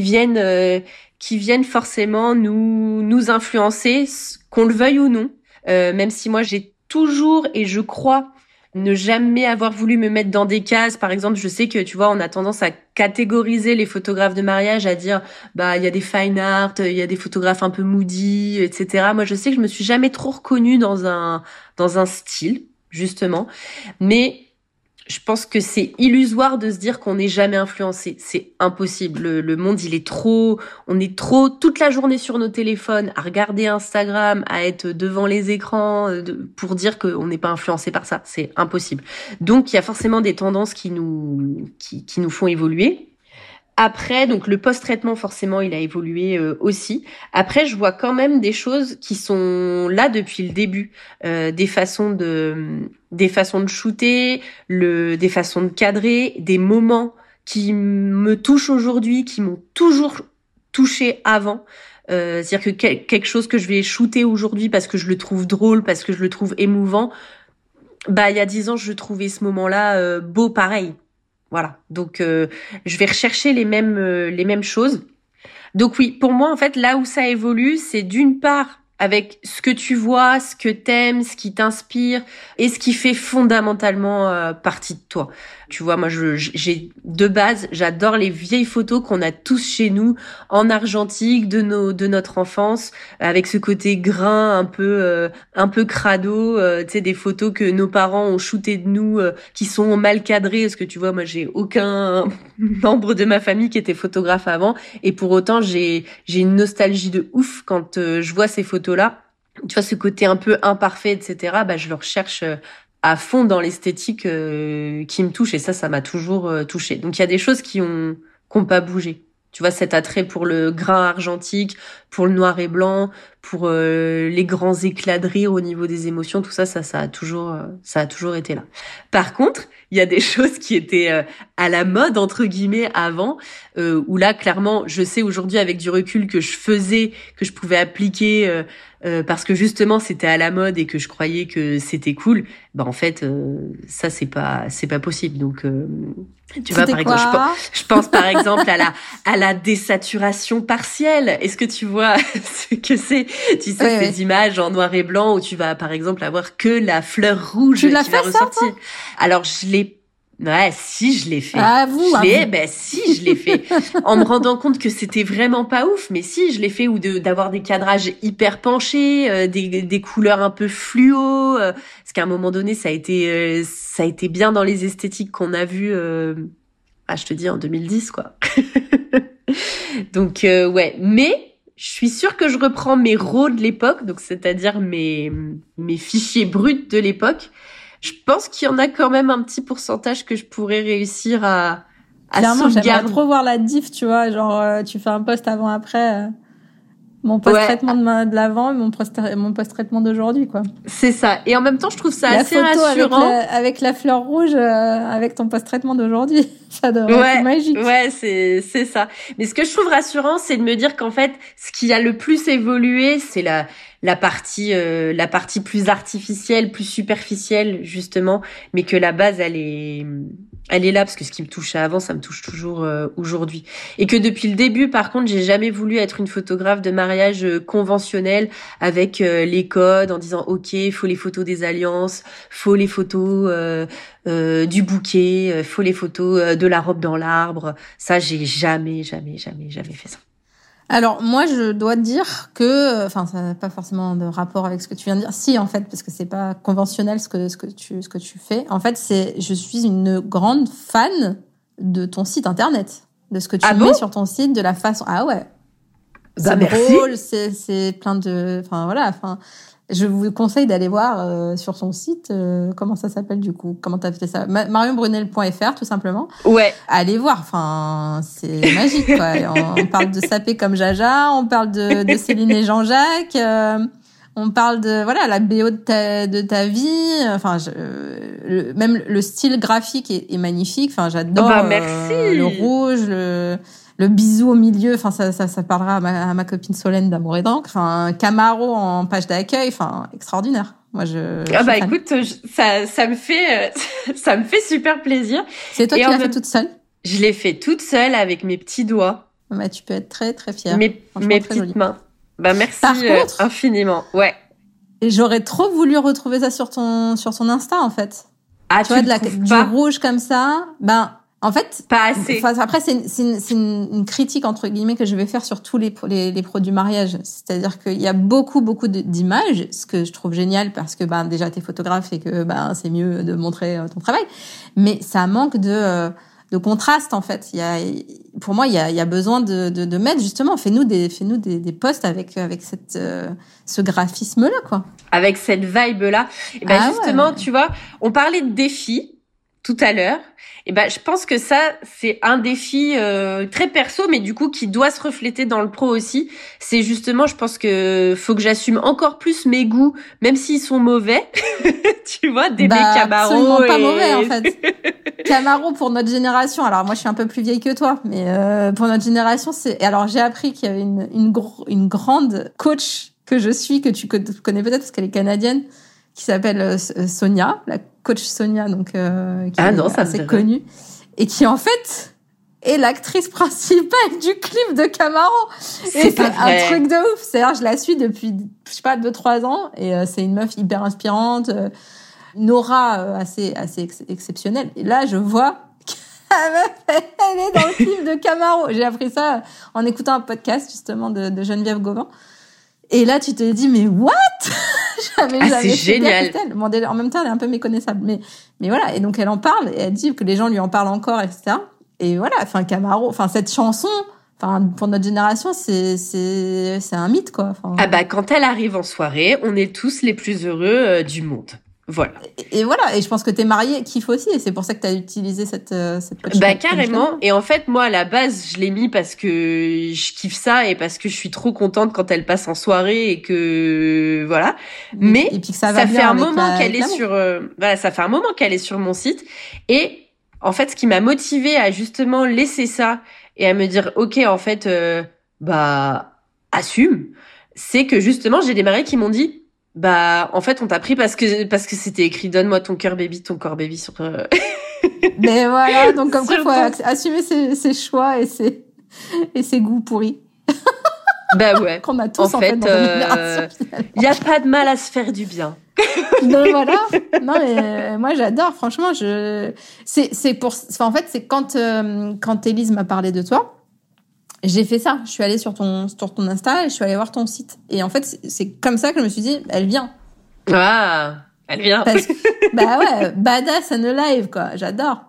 viennent forcément nous influencer, qu'on le veuille ou non. Même si moi j'ai toujours, et je crois, ne jamais avoir voulu me mettre dans des cases. Par exemple, je sais que, tu vois, on a tendance à catégoriser les photographes de mariage, à dire, bah, il y a des fine art, il y a des photographes un peu moody, etc. Moi, je sais que je me suis jamais trop reconnue dans un style, justement. Mais je pense que c'est illusoire de se dire qu'on n'est jamais influencé. C'est impossible. Le monde, on est trop toute la journée sur nos téléphones, à regarder Instagram, à être devant les écrans, pour dire qu'on n'est pas influencé par ça. C'est impossible. Donc, il y a forcément des tendances qui nous font évoluer. Après, donc le post-traitement, forcément, il a évolué aussi. Après, je vois quand même des choses qui sont là depuis le début, des façons de shooter, des façons de cadrer, des moments qui me touchent aujourd'hui, qui m'ont toujours touché avant. C'est-à-dire que quelque chose que je vais shooter aujourd'hui parce que je le trouve drôle, parce que je le trouve émouvant, bah il y a 10 ans, je trouvais ce moment-là beau pareil. Voilà, donc je vais rechercher les mêmes choses. Donc oui, pour moi, en fait, là où ça évolue, c'est d'une part avec ce que tu vois, ce que t'aimes, ce qui t'inspire et ce qui fait fondamentalement partie de toi. Tu vois, moi, j'ai de base, j'adore les vieilles photos qu'on a tous chez nous en argentique de notre enfance, avec ce côté grain un peu crado, tu sais, des photos que nos parents ont shootées de nous, qui sont mal cadrées, parce que tu vois, moi, j'ai aucun membre de ma famille qui était photographe avant, et pour autant, j'ai une nostalgie de ouf quand je vois ces photos-là. Tu vois, ce côté un peu imparfait, etc., bah, je le recherche à fond dans l'esthétique qui me touche, et ça m'a toujours touchée. Donc il y a des choses qui ont pas bougé. Tu vois, cet attrait pour le grain argentique, pour le noir et blanc, pour les grands éclats de rire au niveau des émotions, tout ça a toujours été là. Par contre, il y a des choses qui étaient à la mode entre guillemets avant, où là clairement, je sais aujourd'hui avec du recul que je pouvais appliquer parce que justement c'était à la mode et que je croyais que c'était cool. Bah en fait, ça c'est pas possible. Donc tu vois, par exemple, je pense par exemple à la désaturation partielle. Est-ce que tu vois ce que c'est? Tu sais, ces images en noir et blanc où tu vas, par exemple, avoir que la fleur rouge qui va ressortir. Alors, si, je l'ai fait. Si, je l'ai fait. En me rendant compte que c'était vraiment pas ouf, mais si, je l'ai fait, ou d'avoir des cadrages hyper penchés, des couleurs un peu fluo, parce qu'à un moment donné, ça a été bien dans les esthétiques qu'on a vues, je te dis, en 2010, quoi. Donc, mais je suis sûre que je reprends mes RAW de l'époque, donc c'est-à-dire mes fichiers bruts de l'époque. Je pense qu'il y en a quand même un petit pourcentage que je pourrais réussir à clairement, sauvegarder. J'aimerais trop voir la diff, tu vois, genre tu fais un post avant-après, mon post-traitement de l'avant et mon post-traitement d'aujourd'hui, quoi. C'est ça. Et en même temps, je trouve ça assez rassurant. Avec la fleur rouge, avec ton post-traitement d'aujourd'hui. Ça devrait être magique. Ouais, c'est ça. Mais ce que je trouve rassurant, c'est de me dire qu'en fait, ce qui a le plus évolué, c'est la partie plus artificielle, plus superficielle, justement, mais que la base, elle est là, parce que ce qui me touchait avant, ça me touche toujours aujourd'hui. Et que depuis le début, par contre, j'ai jamais voulu être une photographe de mariage conventionnelle avec les codes, en disant ok, faut les photos des alliances, faut les photos du bouquet, faut les photos de la robe dans l'arbre. Ça, j'ai jamais fait ça. Alors moi je dois te dire que ça n'a pas forcément de rapport avec ce que tu viens de dire. Si en fait, parce que c'est pas conventionnel ce que tu fais. En fait, je suis une grande fan de ton site internet, de ce que tu mets sur ton site, de la façon. Ah ouais. C'est drôle, c'est plein de je vous conseille d'aller voir sur son site comment ça s'appelle du coup, comment t'as fait ça, marionbrunel.fr tout simplement. Ouais. Allez voir, c'est magique quoi. On parle de Sapé comme Jaja, on parle de Céline et Jean-Jacques, on parle de la BO de ta vie, même le style graphique est magnifique, j'adore merci. Le rouge, le bisou au milieu, enfin ça parlera à ma copine Solène d'Amour et d'encre. Enfin, Camaro en page d'accueil, enfin extraordinaire. Moi écoute, ça me fait ça me fait super plaisir. C'est toi qui l'as fait toute seule? Je l'ai fait toute seule avec mes petits doigts. Bah, tu peux être très très fière. Mes petites mains. Bah merci infiniment. Ouais. Et j'aurais trop voulu retrouver ça sur ton Insta en fait. Ah, tu vois, du rouge comme ça. Ben en fait, pas assez. Après, c'est une critique entre guillemets que je vais faire sur tous les produits mariage. C'est-à-dire qu'il y a beaucoup d'images, ce que je trouve génial parce que ben déjà t'es photographe et que ben c'est mieux de montrer ton travail. Mais ça manque de contraste en fait. Pour moi, il y a besoin de mettre justement. Fais-nous des posts avec ce graphisme là quoi. Avec cette vibe là. Et ben justement, ouais. Tu vois, on parlait de défis tout à l'heure. Et ben je pense que ça c'est un défi très perso, mais du coup qui doit se refléter dans le pro aussi. C'est justement, je pense que faut que j'assume encore plus mes goûts, même s'ils sont mauvais. Tu vois, des Camaro. Absolument pas mauvais en fait. Camaro pour notre génération. Alors moi je suis un peu plus vieille que toi, mais pour notre génération c'est. Alors j'ai appris qu'il y avait une grande coach que je suis, que tu connais peut-être parce qu'elle est canadienne, qui s'appelle Sonia, la coach Sonia, donc qui est assez connue, et qui en fait est l'actrice principale du clip de Camaro. C'est un truc de ouf. C'est-à-dire, je la suis depuis, je sais pas, 2-3 ans, et c'est une meuf hyper inspirante, une aura assez exceptionnelle. Et là, je vois qu'elle est dans le clip de Camaro. J'ai appris ça en écoutant un podcast justement de Geneviève Gauvin. Et là, tu te dis, mais what? C'est génial. Bon, en même temps, elle est un peu méconnaissable. Mais voilà. Et donc, elle en parle et elle dit que les gens lui en parlent encore, etc. Et voilà. Enfin, Camaro, enfin, cette chanson, enfin, pour notre génération, c'est un mythe, quoi. Enfin, ah bah, quand elle arrive en soirée, on est tous les plus heureux du monde. Voilà. Et voilà. Et je pense que t'es mariée kiffe aussi. Et c'est pour ça que t'as utilisé cette bah, carrément. Et en fait, moi, à la base, je l'ai mis parce que je kiffe ça et parce que je suis trop contente quand elle passe en soirée et que, voilà. Mais, et puis que ça fait un moment qu'elle est sur, voilà, ça fait un moment qu'elle est sur mon site. Et, en fait, ce qui m'a motivée à justement laisser ça et à me dire, OK, en fait, bah, assume, c'est que justement, j'ai des mariés qui m'ont dit, bah, en fait, on t'a pris parce que c'était écrit donne-moi ton corps baby sur. Mais voilà, donc comme quoi, faut assumer ses choix et ses goûts pourris. Bah ouais. Qu'on a tous en fait dans notre génération. Y a pas de mal à se faire du bien. Donc voilà. Non mais moi j'adore. Franchement, c'est en fait c'est quand Élise m'a parlé de toi. J'ai fait ça. Je suis allée sur ton Insta et je suis allée voir ton site. Et en fait, c'est comme ça que je me suis dit, elle vient. Ah, elle vient. Bah ouais, badass and alive, quoi. J'adore.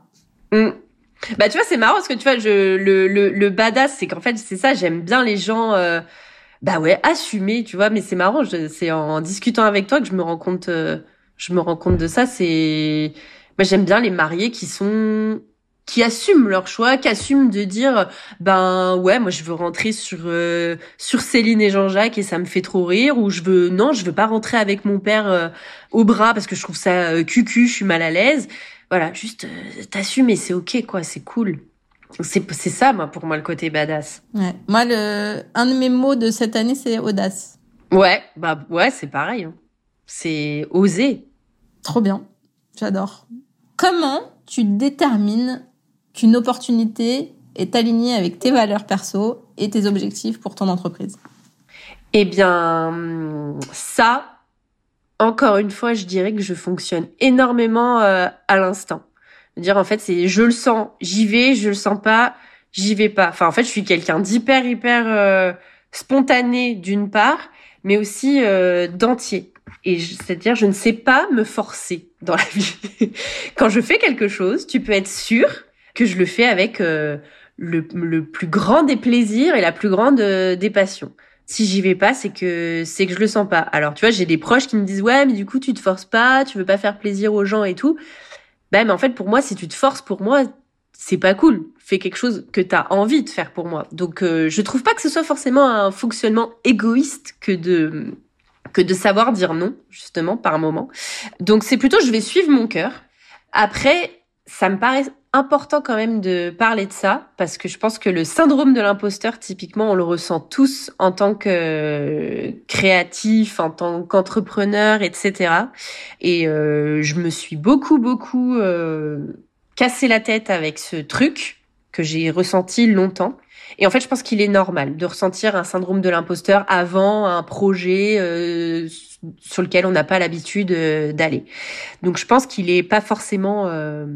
Bah tu vois, c'est marrant parce que tu vois, le badass, c'est qu'en fait, c'est ça, j'aime bien les gens, bah ouais, assumer, tu vois. Mais c'est marrant, c'est en discutant avec toi que je me rends compte de ça. Moi, j'aime bien les mariés qui assument leur choix, qui assument de dire ben ouais, moi je veux rentrer sur Céline et Jean-Jacques et ça me fait trop rire, ou je veux pas rentrer avec mon père au bras parce que je trouve ça cucu, je suis mal à l'aise. Voilà, juste t'assumes et c'est OK quoi, c'est cool. C'est ça pour moi le côté badass. Ouais. Moi un de mes mots de cette année c'est audace. Ouais, bah ouais, c'est pareil. Hein. C'est oser. Trop bien. J'adore. Comment tu détermines qu'une opportunité est alignée avec tes valeurs perso et tes objectifs pour ton entreprise? Eh bien, ça, encore une fois, je dirais que je fonctionne énormément à l'instant. Dire en fait, c'est je le sens, j'y vais, je le sens pas, j'y vais pas. Enfin, en fait, je suis quelqu'un hyper spontané d'une part, mais aussi d'entier. Et c'est-à-dire, je ne sais pas me forcer dans la vie. Quand je fais quelque chose, tu peux être sûr que je le fais avec le plus grand des plaisirs et la plus grande des passions. Si j'y vais pas, c'est que je le sens pas. Alors, tu vois, j'ai des proches qui me disent « Ouais, mais du coup, tu te forces pas, tu veux pas faire plaisir aux gens et tout. » Ben, mais en fait, pour moi, si tu te forces pour moi, c'est pas cool. Fais quelque chose que t'as envie de faire pour moi. Donc, je trouve pas que ce soit forcément un fonctionnement égoïste que de savoir dire non, justement, par moment. Donc, c'est plutôt, je vais suivre mon cœur. Après, ça me paraît important quand même de parler de ça, parce que je pense que le syndrome de l'imposteur, typiquement, on le ressent tous en tant que créatif, en tant qu'entrepreneur, etc. Et je me suis beaucoup cassé la tête avec ce truc que j'ai ressenti longtemps. Et en fait, je pense qu'il est normal de ressentir un syndrome de l'imposteur avant un projet sur lequel on n'a pas l'habitude d'aller. Donc, je pense qu'il est pas forcément...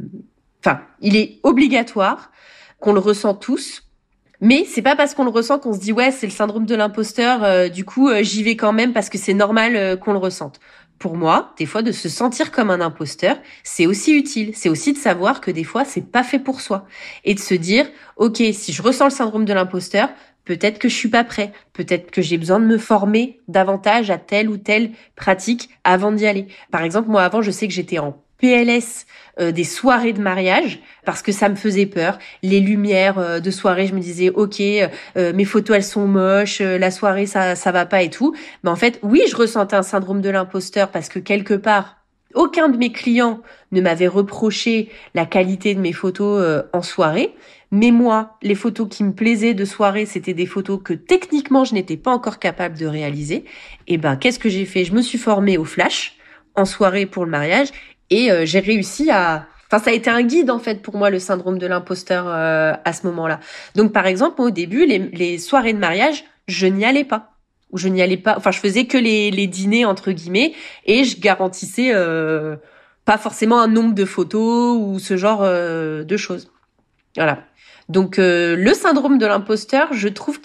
il est obligatoire, qu'on le ressent tous, mais c'est pas parce qu'on le ressent qu'on se dit ouais, c'est le syndrome de l'imposteur, j'y vais quand même parce que c'est normal qu'on le ressente. Pour moi, des fois, de se sentir comme un imposteur, c'est aussi utile. C'est aussi de savoir que des fois, c'est pas fait pour soi. Et de se dire, ok, si je ressens le syndrome de l'imposteur, peut-être que je suis pas prêt. Peut-être que j'ai besoin de me former davantage à telle ou telle pratique avant d'y aller. Par exemple, moi, avant, je sais que j'étais en PLS des soirées de mariage parce que ça me faisait peur. Les lumières de soirée, je me disais ok, mes photos elles sont moches, la soirée ça va pas et tout. Mais en fait, oui, je ressentais un syndrome de l'imposteur parce que quelque part, aucun de mes clients ne m'avait reproché la qualité de mes photos en soirée. Mais moi, les photos qui me plaisaient de soirée, c'était des photos que techniquement je n'étais pas encore capable de réaliser. Et ben, qu'est-ce que j'ai fait ? Je me suis formée au flash en soirée pour le mariage. Et j'ai réussi à... Enfin, ça a été un guide, en fait, pour moi, le syndrome de l'imposteur à ce moment-là. Donc, par exemple, au début, les soirées de mariage, je n'y allais pas. Ou je n'y allais pas... Enfin, je faisais que les dîners, entre guillemets, et je garantissais pas forcément un nombre de photos ou ce genre de choses. Voilà. Donc, le syndrome de l'imposteur, je trouve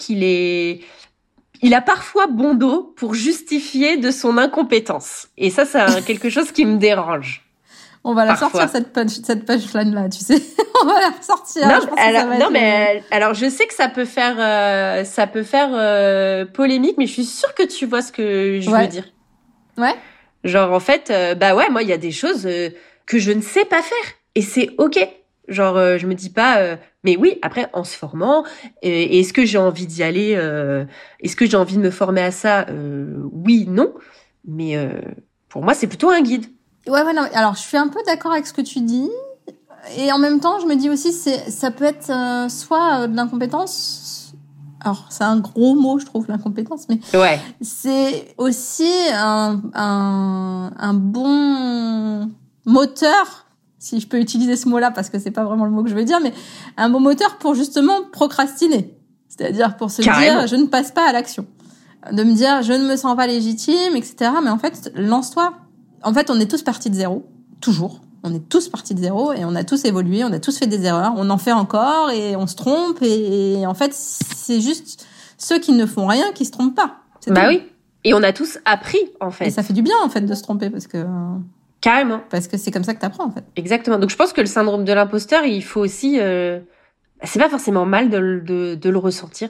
il a parfois bon dos pour justifier de son incompétence. Et ça, c'est quelque chose qui me dérange. On va la sortir, cette punchline-là, tu sais. On va la sortir. Non, alors, je sais que ça peut faire polémique, mais je suis sûre que tu vois ce que je veux dire. Ouais. Genre, en fait, moi, il y a des choses que je ne sais pas faire. Et c'est OK. Genre, je me dis pas, mais oui, après, en se formant, est-ce que j'ai envie d'y aller est-ce que j'ai envie de me former à ça oui, non. Mais pour moi, c'est plutôt un guide. Ouais, non, alors je suis un peu d'accord avec ce que tu dis, et en même temps, je me dis aussi, ça peut être soit de l'incompétence. Alors, c'est un gros mot, je trouve, l'incompétence, mais ouais. C'est aussi un bon moteur, si je peux utiliser ce mot-là, parce que c'est pas vraiment le mot que je veux dire, mais un bon moteur pour justement procrastiner. C'est-à-dire pour se dire, je ne passe pas à l'action. De me dire, je ne me sens pas légitime, etc. Mais en fait, lance-toi. En fait, on est tous partis de zéro, toujours. On est tous partis de zéro et on a tous évolué, on a tous fait des erreurs, on en fait encore et on se trompe et en fait, c'est juste ceux qui ne font rien qui se trompent pas. Bah oui. Et on a tous appris, en fait. Et ça fait du bien, en fait, de se tromper parce que... Carrément. Parce que c'est comme ça que t'apprends, en fait. Exactement. Donc, je pense que le syndrome de l'imposteur, il faut aussi... c'est pas forcément mal de le ressentir.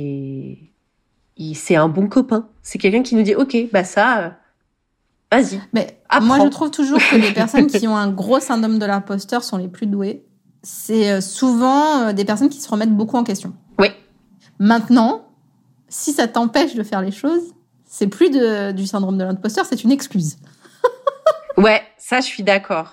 C'est un bon copain. C'est quelqu'un qui nous dit, OK, vas-y. Mais apprends. Moi, je trouve toujours que les personnes qui ont un gros syndrome de l'imposteur sont les plus douées. C'est souvent des personnes qui se remettent beaucoup en question. Oui. Maintenant, si ça t'empêche de faire les choses, c'est plus du syndrome de l'imposteur, c'est une excuse. Ouais, ça je suis d'accord.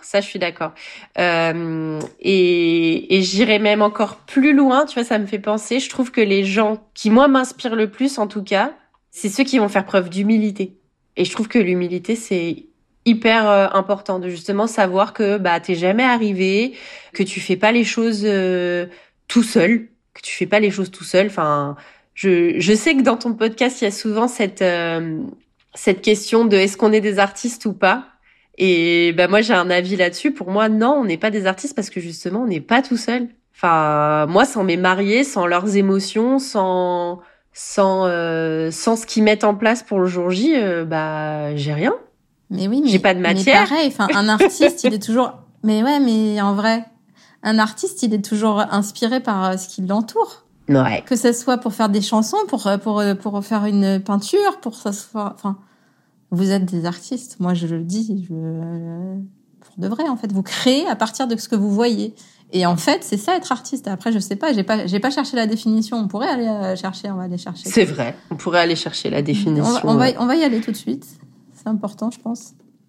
Et j'irais même encore plus loin, tu vois, ça me fait penser, je trouve que les gens qui moi m'inspirent le plus en tout cas, c'est ceux qui vont faire preuve d'humilité. Et je trouve que l'humilité c'est hyper important de justement savoir que t'es jamais arrivé, que tu fais pas les choses tout seul, Enfin, je sais que dans ton podcast, il y a souvent cette question de est-ce qu'on est des artistes ou pas. Et moi, j'ai un avis là-dessus. Pour moi, non, on n'est pas des artistes parce que justement, on n'est pas tout seul. Enfin, moi, sans mes mariés, sans leurs émotions, sans ce qu'ils mettent en place pour le jour J, j'ai rien. Mais oui, j'ai pas de matière. Mais pareil, enfin, un artiste, il est toujours. Mais ouais, mais en vrai, un artiste, il est toujours inspiré par ce qui l'entoure. Ouais. Que ça soit pour faire des chansons, pour faire une peinture, pour ça soit. Enfin, vous êtes des artistes. Moi, je le dis, pour de vrai, en fait, vous créez à partir de ce que vous voyez. Et en fait, c'est ça être artiste. Après, je sais pas, j'ai pas cherché la définition. On pourrait aller chercher, on va aller chercher. C'est vrai, on pourrait aller chercher la définition. On va y aller tout de suite. C'est important, je pense.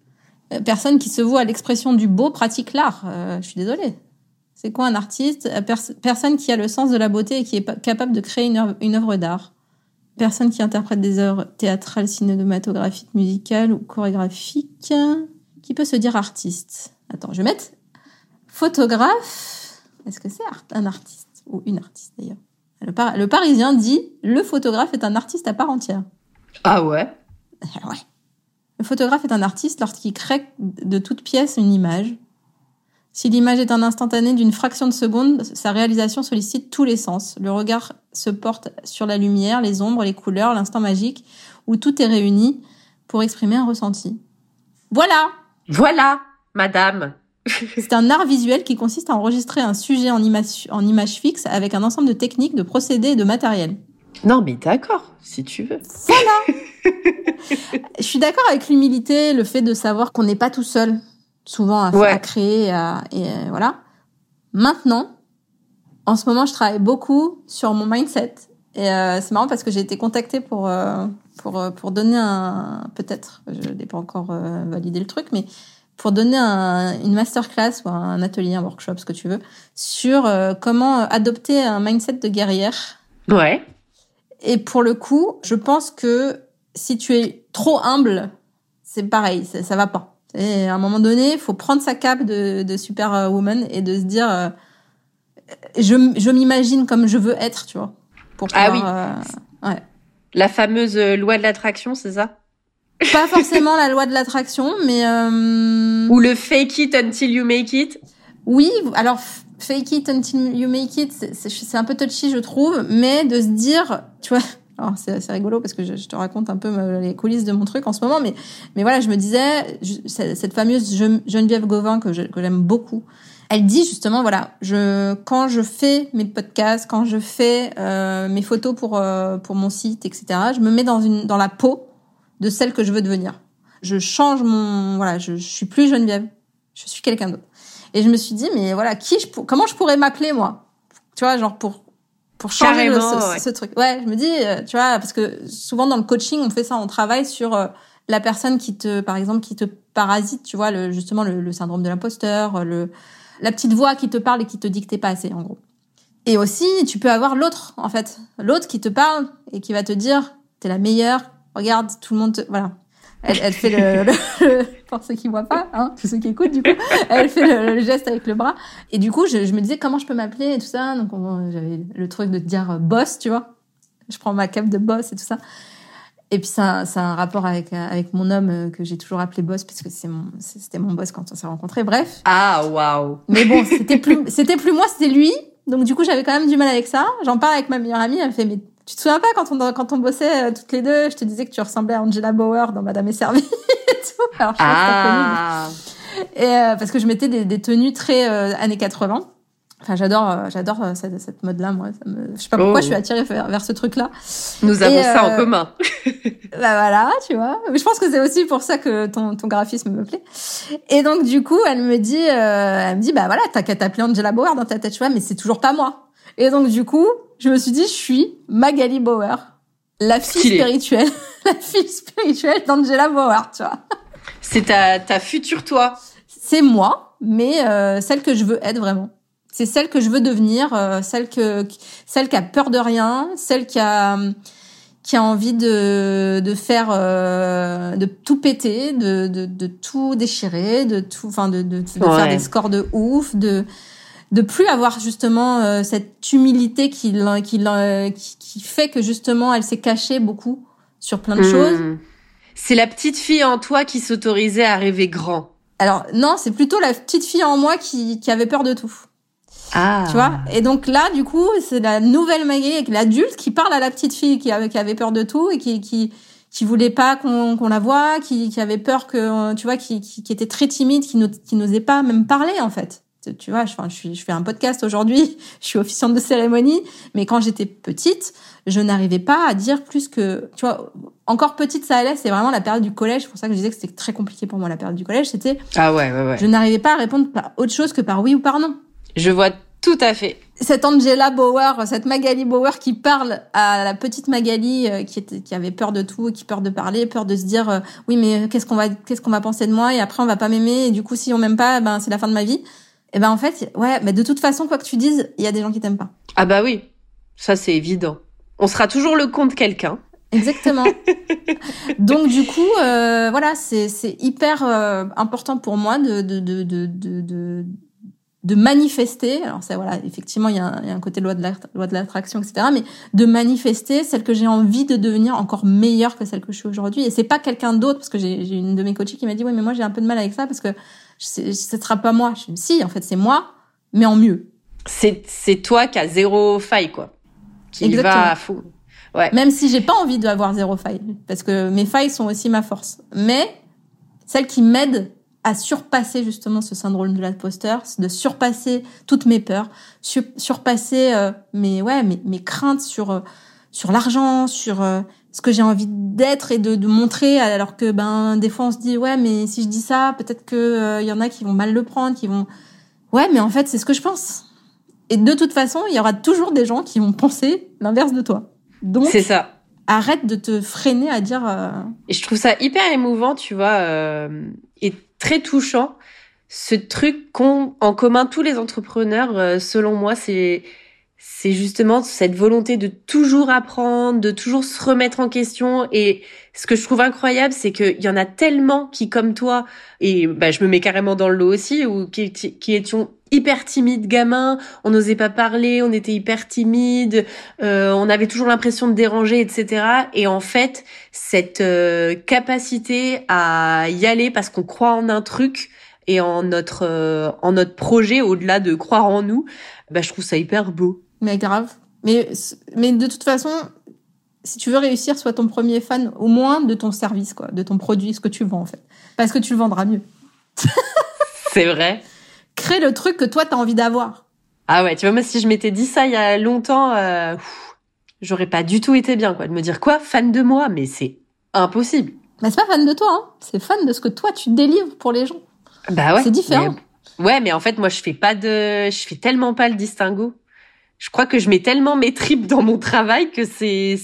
Personne qui se voue à l'expression du beau pratique l'art. Je suis désolée. C'est quoi un artiste? Personne qui a le sens de la beauté et qui est capable de créer une œuvre d'art. Personne qui interprète des œuvres théâtrales, cinématographiques, musicales ou chorégraphiques. Qui peut se dire artiste? Attends, je vais mettre photographe. Est-ce que c'est un artiste? Ou une artiste, d'ailleurs. Le Parisien dit « Le photographe est un artiste à part entière ». Ah ouais? Ouais. Le photographe est un artiste lorsqu'il crée de toute pièce une image. Si l'image est un instantané d'une fraction de seconde, sa réalisation sollicite tous les sens. Le regard se porte sur la lumière, les ombres, les couleurs, l'instant magique, où tout est réuni pour exprimer un ressenti. Voilà! Voilà, madame. C'est un art visuel qui consiste à enregistrer un sujet en image fixe avec un ensemble de techniques, de procédés et de matériel. Non, mais d'accord, si tu veux. Voilà! Je suis d'accord avec l'humilité, le fait de savoir qu'on n'est pas tout seul, souvent à créer, voilà. Maintenant, en ce moment, je travaille beaucoup sur mon mindset. Et c'est marrant parce que j'ai été contactée pour donner peut-être, je n'ai pas encore validé le truc, mais pour donner une masterclass ou un atelier, un workshop, ce que tu veux, sur comment adopter un mindset de guerrière. Ouais. Et pour le coup, je pense que si tu es trop humble, c'est pareil, ça va pas. Et à un moment donné, il faut prendre sa cape de superwoman et de se dire je m'imagine comme je veux être, tu vois. Pour pouvoir, ouais. La fameuse loi de l'attraction, c'est ça? Pas forcément la loi de l'attraction, mais ou le fake it until you make it. Oui, alors fake it until you make it, c'est un peu touchy, je trouve, mais de se dire, tu vois, alors c'est rigolo parce que je te raconte un peu les coulisses de mon truc en ce moment, mais voilà, je me disais, cette fameuse Geneviève Gauvin que j'aime beaucoup, elle dit justement, voilà, quand je fais mes podcasts, quand je fais mes photos pour mon site, etc., je me mets dans la peau de celle que je veux devenir. Je change je suis plus Geneviève, je suis quelqu'un d'autre. Et je me suis dit, mais voilà, comment je pourrais m'appeler, moi? Tu vois, genre pour changer ce truc. Ouais, je me dis, tu vois, parce que souvent dans le coaching, on fait ça, on travaille sur la personne par exemple, qui te parasite, tu vois, justement, le syndrome de l'imposteur, la petite voix qui te parle et qui te dit que t'es pas assez, en gros. Et aussi, tu peux avoir l'autre, en fait. L'autre qui te parle et qui va te dire, t'es la meilleure, regarde, tout le monde voilà. Elle fait le pour ceux qui voient pas, hein, tous ceux qui écoutent, du coup, elle fait le geste avec le bras. Et du coup, je me disais comment je peux m'appeler et tout ça. Donc, j'avais le truc de dire boss, tu vois. Je prends ma cape de boss et tout ça. Et puis, ça a un rapport avec mon homme que j'ai toujours appelé boss parce que c'était mon boss quand on s'est rencontrés. Bref. Ah, waouh. Mais bon, c'était plus moi, c'était lui. Donc, du coup, j'avais quand même du mal avec ça. J'en parle avec ma meilleure amie. Elle me fait, mais tu te souviens pas quand on bossait toutes les deux, je te disais que tu ressemblais à Angela Bauer dans Madame est servie et tout. Alors, je sais pas si t'as connu. Et parce que je mettais des tenues très années 80. Enfin, j'adore cette mode-là, moi. Je sais pas pourquoi je suis attirée vers ce truc-là. Nous avons ça en commun. Bah voilà, tu vois. Mais je pense que c'est aussi pour ça que ton graphisme me plaît. Et donc, du coup, elle me dit, bah voilà, t'as qu'à t'appeler Angela Bauer dans ta tête, tu vois, mais c'est toujours pas moi. Et donc, du coup, je me suis dit, je suis Magali Bauer, la fille spirituelle, d'Angela Bauer, tu vois. C'est ta future toi. C'est moi, mais celle que je veux être vraiment. C'est celle que je veux devenir, celle qui a peur de rien, celle qui a envie de faire, de tout péter, de tout déchirer, de faire des scores de ouf, de plus avoir justement cette humilité qui fait que justement elle s'est cachée beaucoup sur plein de choses. C'est la petite fille en toi qui s'autorisait à rêver grand. Alors non, c'est plutôt la petite fille en moi qui avait peur de tout. Ah. Tu vois? Et donc là, du coup, c'est la nouvelle Magali avec l'adulte qui parle à la petite fille qui avait peur de tout et qui voulait pas qu'on la voie, qui avait peur que, tu vois, qui était très timide, qui n'osait pas même parler, en fait. Tu vois, je fais un podcast aujourd'hui, je suis officiante de cérémonie, mais quand j'étais petite, je n'arrivais pas à dire plus que, tu vois, encore petite, ça allait, c'est vraiment la période du collège, c'est pour ça que je disais que c'était très compliqué pour moi, la période du collège, c'était, ah ouais. je n'arrivais pas à répondre par autre chose que par oui ou par non. Je vois Tout à fait. Cette Angela Bauer, cette Magali Bauer qui parle à la petite Magali qui avait peur de tout, qui peur de parler, peur de se dire oui mais qu'est-ce qu'on va penser de moi et après on va pas m'aimer et du coup si on m'aime pas ben c'est la fin de ma vie. Et ben en fait ouais mais de toute façon quoi que tu dises il y a des gens qui t'aiment pas. Ah bah oui, ça c'est évident. On sera toujours le con de quelqu'un. Exactement. Donc du coup voilà c'est hyper important pour moi de manifester, alors ça voilà, effectivement il y a un côté loi de l'attraction, etc. Mais de manifester celle que j'ai envie de devenir encore meilleure que celle que je suis aujourd'hui. Et c'est pas quelqu'un d'autre, parce que j'ai une de mes coachées qui m'a dit ouais mais moi j'ai un peu de mal avec ça parce que ce sera pas moi. Je dis si en fait c'est moi, mais en mieux. C'est toi qui as zéro faille quoi, qui Exactement. va à fond. Ouais. Même si j'ai pas envie d'avoir zéro faille, parce que mes failles sont aussi ma force. Mais celle qui m'aide à surpasser justement ce syndrome de l'imposteur, de surpasser toutes mes peurs, surpasser mes craintes sur l'argent, sur ce que j'ai envie d'être et de montrer, alors que ben des fois on se dit ouais mais si je dis ça peut-être que y en a qui vont mal le prendre, qui vont ouais mais en fait c'est ce que je pense. Et de toute façon il y aura toujours des gens qui vont penser l'inverse de toi. Donc c'est ça. Arrête de te freiner à dire. Et je trouve ça hyper émouvant, tu vois, et très touchant. Ce truc qu'ont en commun tous les entrepreneurs, selon moi, c'est justement cette volonté de toujours apprendre, de toujours se remettre en question. Et ce que je trouve incroyable, c'est qu'il y en a tellement qui, comme toi, et bah, je me mets carrément dans le lot aussi, ou qui étions hyper timides gamins, on n'osait pas parler, on était hyper timides, on avait toujours l'impression de déranger, etc. Et en fait, cette capacité à y aller parce qu'on croit en un truc et en notre projet, au-delà de croire en nous, bah je trouve ça hyper beau. Mais grave. Mais de toute façon, si tu veux réussir, sois ton premier fan, au moins de ton service, quoi, de ton produit, ce que tu vends en fait, parce que tu le vendras mieux. C'est vrai. Crée le truc que toi t'as envie d'avoir. Ah ouais, tu vois, moi si je m'étais dit ça il y a longtemps, j'aurais pas du tout été bien, quoi, de me dire quoi, fan de moi, mais c'est impossible. Mais c'est pas fan de toi, hein. C'est fan de ce que toi tu délivres pour les gens. Bah ouais. C'est différent. Mais en fait moi je fais tellement pas le distinguo. Je crois que je mets tellement mes tripes dans mon travail que c'est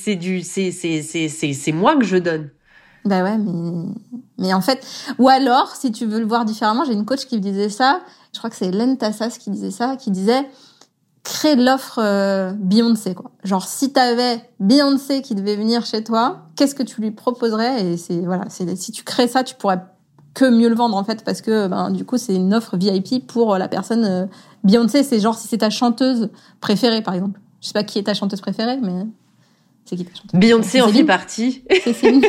moi que je donne. Bah ouais, mais en fait, ou alors, si tu veux le voir différemment, j'ai une coach qui me disait ça, je crois que c'est Hélène Tassas qui disait ça, qui disait, crée l'offre Beyoncé, quoi. Genre, si t'avais Beyoncé qui devait venir chez toi, qu'est-ce que tu lui proposerais? Et si tu crées ça, tu pourrais que mieux le vendre, en fait, parce que, du coup, c'est une offre VIP pour la personne. Beyoncé, c'est genre si c'est ta chanteuse préférée, par exemple. Je sais pas qui est ta chanteuse préférée, mais c'est qui ta chanteuse préférée? Beyoncé en fait partie. C'est Céline.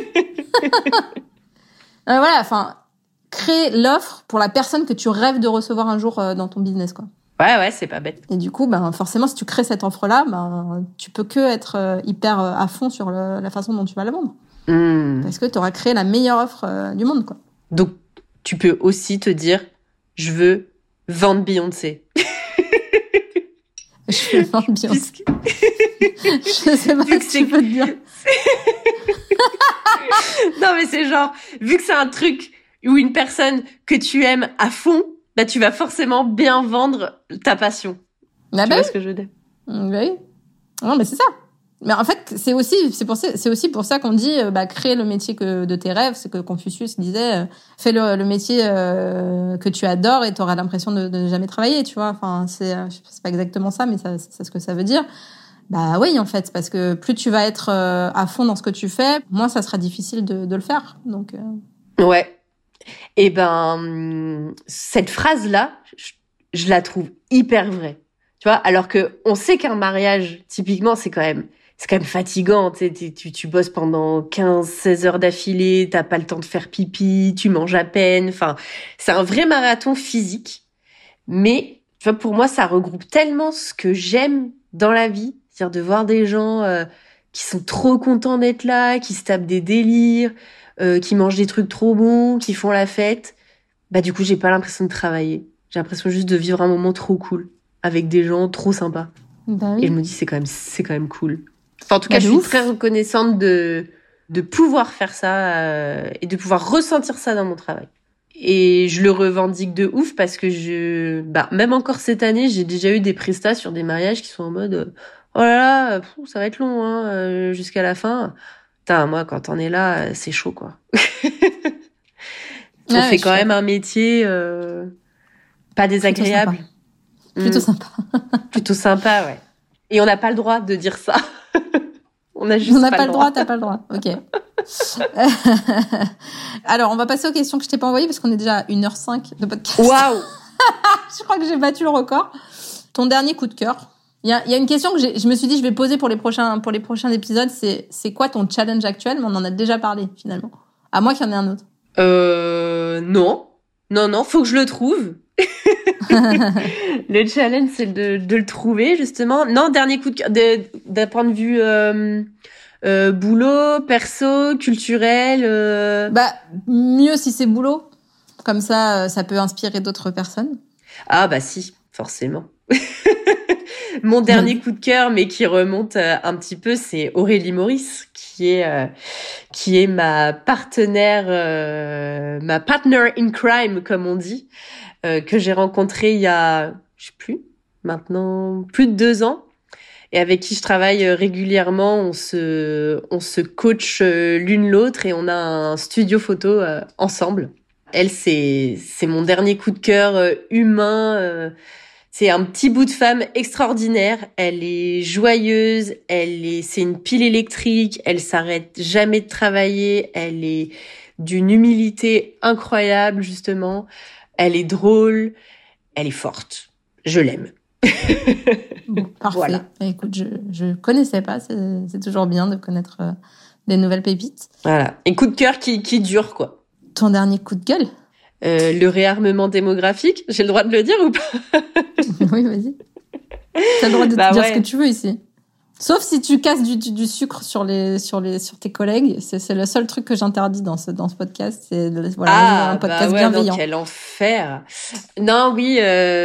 Voilà, enfin, crée l'offre pour la personne que tu rêves de recevoir un jour dans ton business, quoi. Ouais, c'est pas bête. Et du coup, forcément, si tu crées cette offre-là, tu peux que être hyper à fond sur la façon dont tu vas la vendre. Parce que tu auras créé la meilleure offre du monde, quoi. Donc, tu peux aussi te dire, je veux vendre Beyoncé. Je veux vendre Beyoncé. Je sais pas ce que tu peux te dire. Non, mais c'est genre, vu que c'est un truc ou une personne que tu aimes à fond, bah, tu vas forcément bien vendre ta passion. Tu vois ce que je veux dire? Oui. Non, mais c'est ça. Mais en fait, c'est aussi pour ça qu'on dit, crée le métier de tes rêves. C'est que Confucius disait, fais le métier que tu adores et tu auras l'impression de ne jamais travailler, tu vois. Enfin, c'est pas exactement ça, mais c'est ce que ça veut dire. Bah oui, en fait, parce que plus tu vas être à fond dans ce que tu fais, moins ça sera difficile de le faire. Donc. Ouais. Et cette phrase-là, je la trouve hyper vraie. Tu vois, alors que on sait qu'un mariage, typiquement, c'est quand même fatigant. Tu bosses pendant 15-16 heures d'affilée, t'as pas le temps de faire pipi, tu manges à peine. Enfin, c'est un vrai marathon physique. Mais, tu vois, pour moi, ça regroupe tellement ce que j'aime dans la vie. C'est-à-dire de voir des gens qui sont trop contents d'être là, qui se tapent des délires, qui mangent des trucs trop bons, qui font la fête. Bah, du coup, j'ai pas l'impression de travailler. J'ai l'impression juste de vivre un moment trop cool avec des gens trop sympas. Bah oui. Et je me dis, c'est quand même cool. Enfin, en tout cas, je suis très reconnaissante de pouvoir faire ça et de pouvoir ressentir ça dans mon travail. Et je le revendique de ouf parce que même encore cette année, j'ai déjà eu des prestats sur des mariages qui sont en mode oh là là, ça va être long jusqu'à la fin. Putain, moi quand on est là, c'est chaud quoi. On fait quand même un métier pas désagréable. Plutôt sympa. Plutôt sympa, ouais. Et on n'a pas le droit de dire ça. On n'a pas le droit, t'as pas le droit. Ok. Alors, on va passer aux questions que je t'ai pas envoyées parce qu'on est déjà à 1h05 de podcast. Waouh. Je crois que j'ai battu le record. Ton dernier coup de cœur. Il y a une question que je me suis dit je vais poser pour les prochains épisodes. C'est quoi ton challenge actuel? Mais on en a déjà parlé finalement. À moins qu'il y en ait un autre. Non, faut que je le trouve. Le challenge, c'est de le trouver, justement. Non, dernier coup de cœur, d'un point de vue boulot, perso, culturel. Mieux si c'est boulot. Comme ça peut inspirer d'autres personnes. Ah bah si, forcément. Mon dernier coup de cœur, mais qui remonte un petit peu, c'est Aurélie Maurice, qui est ma partenaire, ma partner in crime, comme on dit, que j'ai rencontrée il y a, je sais plus, maintenant plus de 2 ans, et avec qui je travaille régulièrement. On se coach l'une l'autre et on a un studio photo ensemble. Elle, c'est mon dernier coup de cœur humain. C'est un petit bout de femme extraordinaire. Elle est joyeuse. C'est une pile électrique. Elle s'arrête jamais de travailler. Elle est d'une humilité incroyable, justement. Elle est drôle. Elle est forte. Je l'aime. Bon, parfait. Voilà. Écoute, je connaissais pas. C'est toujours bien de connaître des nouvelles pépites. Voilà. Un coup de cœur qui dure, quoi. Ton dernier coup de gueule? Le réarmement démographique, j'ai le droit de le dire ou pas? Oui, vas-y. T'as le droit de dire ce que tu veux ici. Sauf si tu casses du sucre sur tes collègues. C'est le seul truc que j'interdis dans ce podcast. C'est un podcast bienveillant. Non, quel enfer. Non, oui,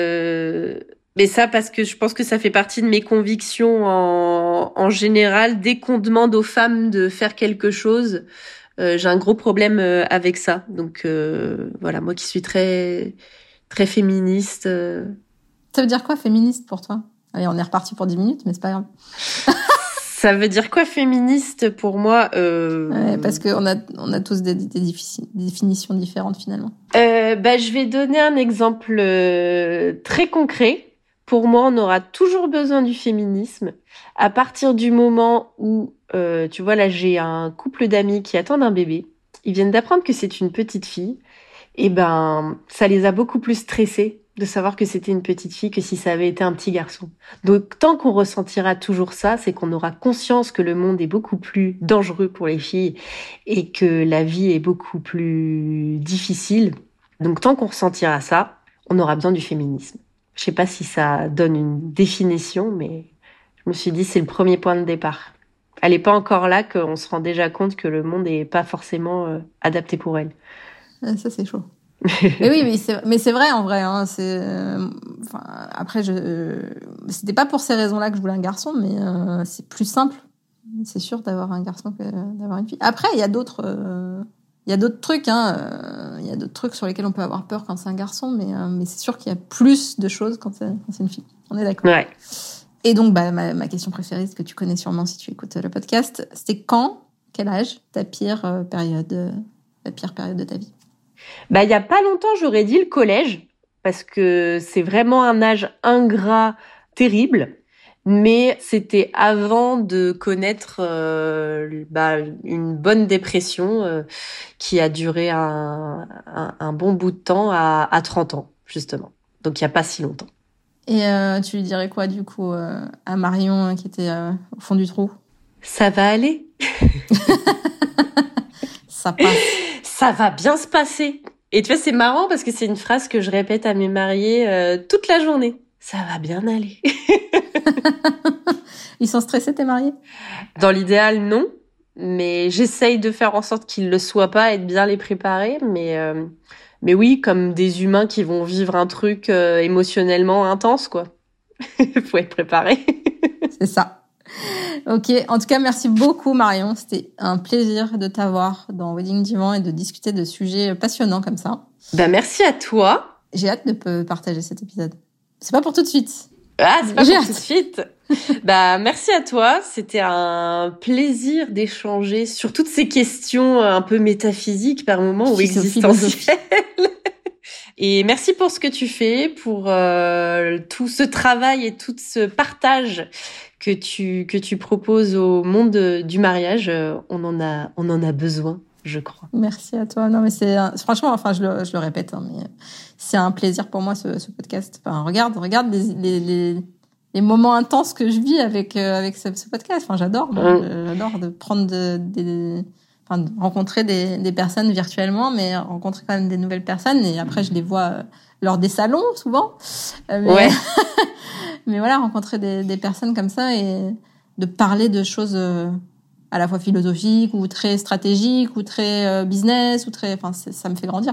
mais ça parce que je pense que ça fait partie de mes convictions en général. Dès qu'on demande aux femmes de faire quelque chose, j'ai un gros problème avec ça. Donc voilà, moi qui suis très très féministe. Ça veut dire quoi féministe pour toi? Allez, on est reparti pour 10 minutes, mais c'est pas grave. Ça veut dire quoi féministe pour moi? Ouais, parce que on a tous des définitions différentes finalement. Je vais donner un exemple très concret. Pour moi, on aura toujours besoin du féminisme à partir du moment où, tu vois, là, j'ai un couple d'amis qui attendent un bébé. Ils viennent d'apprendre que c'est une petite fille. Et ça les a beaucoup plus stressés de savoir que c'était une petite fille que si ça avait été un petit garçon. Donc, tant qu'on ressentira toujours ça, c'est qu'on aura conscience que le monde est beaucoup plus dangereux pour les filles et que la vie est beaucoup plus difficile. Donc, tant qu'on ressentira ça, on aura besoin du féminisme. Je sais pas si ça donne une définition, mais je me suis dit c'est le premier point de départ. Elle est pas encore là qu'on se rend déjà compte que le monde est pas forcément adapté pour elle. Ça c'est chaud. Mais oui, mais c'est vrai en vrai. Hein, après, c'était pas pour ces raisons-là que je voulais un garçon, mais c'est plus simple, c'est sûr, d'avoir un garçon que d'avoir une fille. Après, il y a d'autres trucs, il y a d'autres trucs sur lesquels on peut avoir peur quand c'est un garçon, mais c'est sûr qu'il y a plus de choses quand c'est une fille. On est d'accord. Ouais. Et donc, ma question préférée, ce que tu connais sûrement si tu écoutes le podcast, c'était quel âge, ta pire période de ta vie? Il y a pas longtemps, j'aurais dit le collège, parce que c'est vraiment un âge ingrat, terrible. Mais c'était avant de connaître une bonne dépression qui a duré un bon bout de temps à 30 ans, justement. Donc, il n'y a pas si longtemps. Et tu lui dirais quoi, du coup, à Marion qui était au fond du trou? Ça va aller. Ça passe. Ça va bien se passer. Et tu vois, c'est marrant parce que c'est une phrase que je répète à mes mariés toute la journée. Ça va bien aller. Ils sont stressés, tes mariés? Dans l'idéal, non. Mais j'essaye de faire en sorte qu'ils le soient pas et de bien les préparer. Mais oui, comme des humains qui vont vivre un truc émotionnellement intense, quoi. Faut être préparé. C'est ça. Ok, en tout cas, merci beaucoup Marion. C'était un plaisir de t'avoir dans Wedding Divan et de discuter de sujets passionnants comme ça. Merci à toi. J'ai hâte de partager cet épisode. C'est pas pour tout de suite. Ah, c'est pas pour tout de suite. Merci à toi. C'était un plaisir d'échanger sur toutes ces questions un peu métaphysiques par moments ou existentielles. Et merci pour ce que tu fais, pour tout ce travail et tout ce partage que tu proposes au monde du mariage. On en a besoin, je crois. Merci à toi. Non, mais franchement, enfin, je le répète, hein, mais c'est un plaisir pour moi ce podcast. Enfin, regarde les moments intenses que je vis avec ce podcast. Enfin, j'adore de prendre de rencontrer des personnes virtuellement, mais rencontrer quand même des nouvelles personnes. Et après, je les vois lors des salons, souvent. Ouais. Mais voilà, rencontrer des personnes comme ça et de parler de choses à la fois philosophiques ou très stratégiques ou très business ou très... Enfin, ça me fait grandir.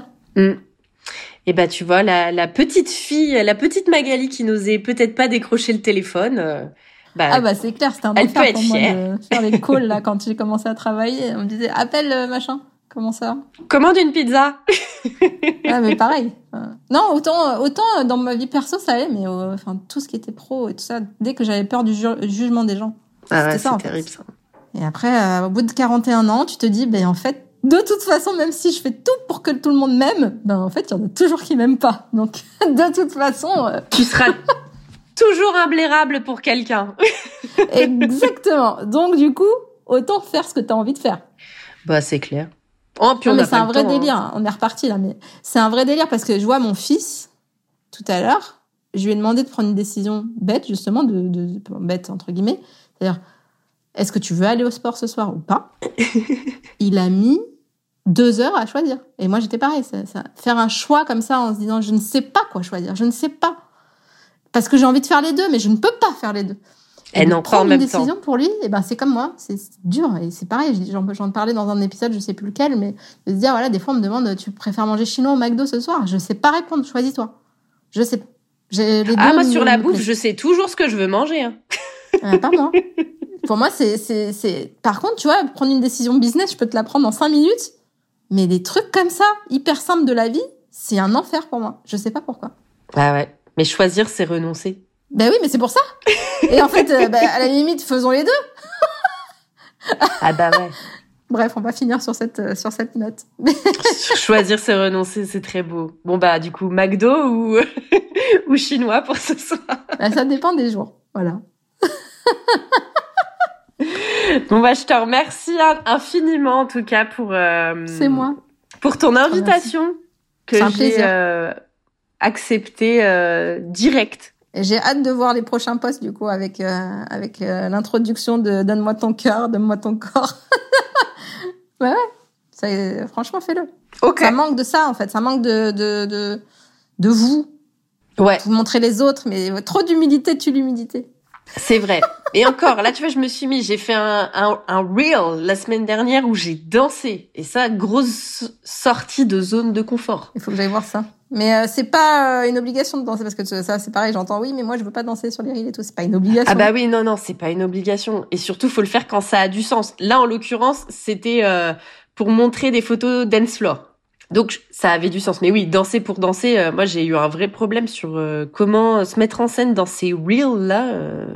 Et tu vois, la petite fille, la petite Magali qui n'osait peut-être pas décrocher le téléphone... c'est clair, c'était un enfer pour moi de faire les calls là quand j'ai commencé à travailler. On me disait appelle machin. Comment ça? Commande une pizza. Mais pareil. Non, autant dans ma vie perso ça allait, mais tout ce qui était pro et tout ça, dès que j'avais peur du jugement des gens. C'était ça, terrible ça. Et après, au bout de 41 ans, tu te dis, en fait, de toute façon, même si je fais tout pour que tout le monde m'aime, en fait, il y en a toujours qui m'aiment pas. Donc, de toute façon, tu seras toujours imblairable pour quelqu'un. Exactement. Donc, du coup, autant faire ce que tu as envie de faire. C'est clair. Puis mais c'est un vrai délire. Hein. On est reparti là, mais c'est un vrai délire parce que je vois mon fils tout à l'heure. Je lui ai demandé de prendre une décision bête, justement, de bête entre guillemets. C'est-à-dire, est-ce que tu veux aller au sport ce soir ou pas? Il a mis 2 heures à choisir. Et moi, j'étais pareil. Faire un choix comme ça en se disant, je ne sais pas quoi choisir. Je ne sais pas. Parce que j'ai envie de faire les deux, mais je ne peux pas faire les deux. Et non, pas en même temps. Prendre une décision pour lui, c'est comme moi, c'est dur. Et c'est pareil, j'en parlais dans un épisode, je sais plus lequel, mais de se dire, voilà, des fois on me demande, tu préfères manger chinois ou McDo ce soir? Je sais pas répondre, choisis-toi. Je sais pas. Moi, sur la bouffe, je sais toujours ce que je veux manger. Hein. Pas moi. Pour moi, Par contre, tu vois, prendre une décision business, je peux te la prendre en 5 minutes, mais des trucs comme ça, hyper simples de la vie, c'est un enfer pour moi. Je sais pas pourquoi. Ah ouais. Mais choisir, c'est renoncer. Oui, mais c'est pour ça. Et en fait, à la limite, faisons les deux. Ouais. Bref, on va finir sur cette note. Choisir, c'est renoncer, c'est très beau. Bon, du coup, McDo ou chinois pour ce soir? Ça dépend des jours. Voilà. Bon, je te remercie infiniment, en tout cas, pour... c'est moi. Pour ton invitation que j'ai acceptée direct. Et j'ai hâte de voir les prochains posts, du coup, avec l'introduction de Donne-moi ton cœur, donne-moi ton corps. Ouais. Franchement, fais-le. Okay. Ça manque de ça, en fait. Ça manque de vous. Ouais. Vous montrez les autres, mais trop d'humilité tue l'humilité. C'est vrai. Et encore, là, tu vois, j'ai fait un reel la semaine dernière où j'ai dansé. Et ça, grosse sortie de zone de confort. Il faut que j'aille voir ça. Mais c'est pas une obligation de danser, parce que ça, c'est pareil, j'entends, oui, mais moi, je veux pas danser sur les reels et tout. C'est pas une obligation. Oui, non, c'est pas une obligation. Et surtout, faut le faire quand ça a du sens. Là, en l'occurrence, c'était pour montrer des photos dance floor. Donc, ça avait du sens. Mais oui, danser pour danser, moi, j'ai eu un vrai problème sur comment se mettre en scène dans ces reels-là.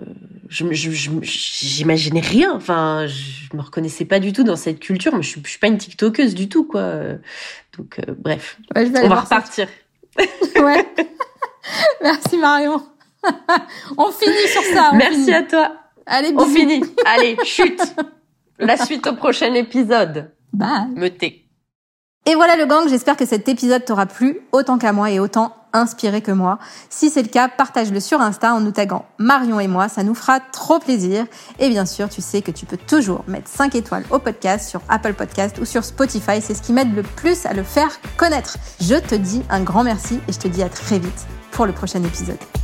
J'imaginais rien. Enfin, je me reconnaissais pas du tout dans cette culture. Moi, je suis pas une TikTokeuse du tout, quoi. Donc, bref. Ouais, on va repartir. Ouais. Merci, Marion. On finit sur ça. Merci à toi. Allez, bisous. On finit. Allez, chute. La suite au prochain épisode. Bye. Me tais. Et voilà le gang, j'espère que cet épisode t'aura plu autant qu'à moi et autant inspiré que moi. Si c'est le cas, partage-le sur Insta en nous taguant Marion et moi, ça nous fera trop plaisir. Et bien sûr, tu sais que tu peux toujours mettre 5 étoiles au podcast sur Apple Podcast ou sur Spotify, c'est ce qui m'aide le plus à le faire connaître. Je te dis un grand merci et je te dis à très vite pour le prochain épisode.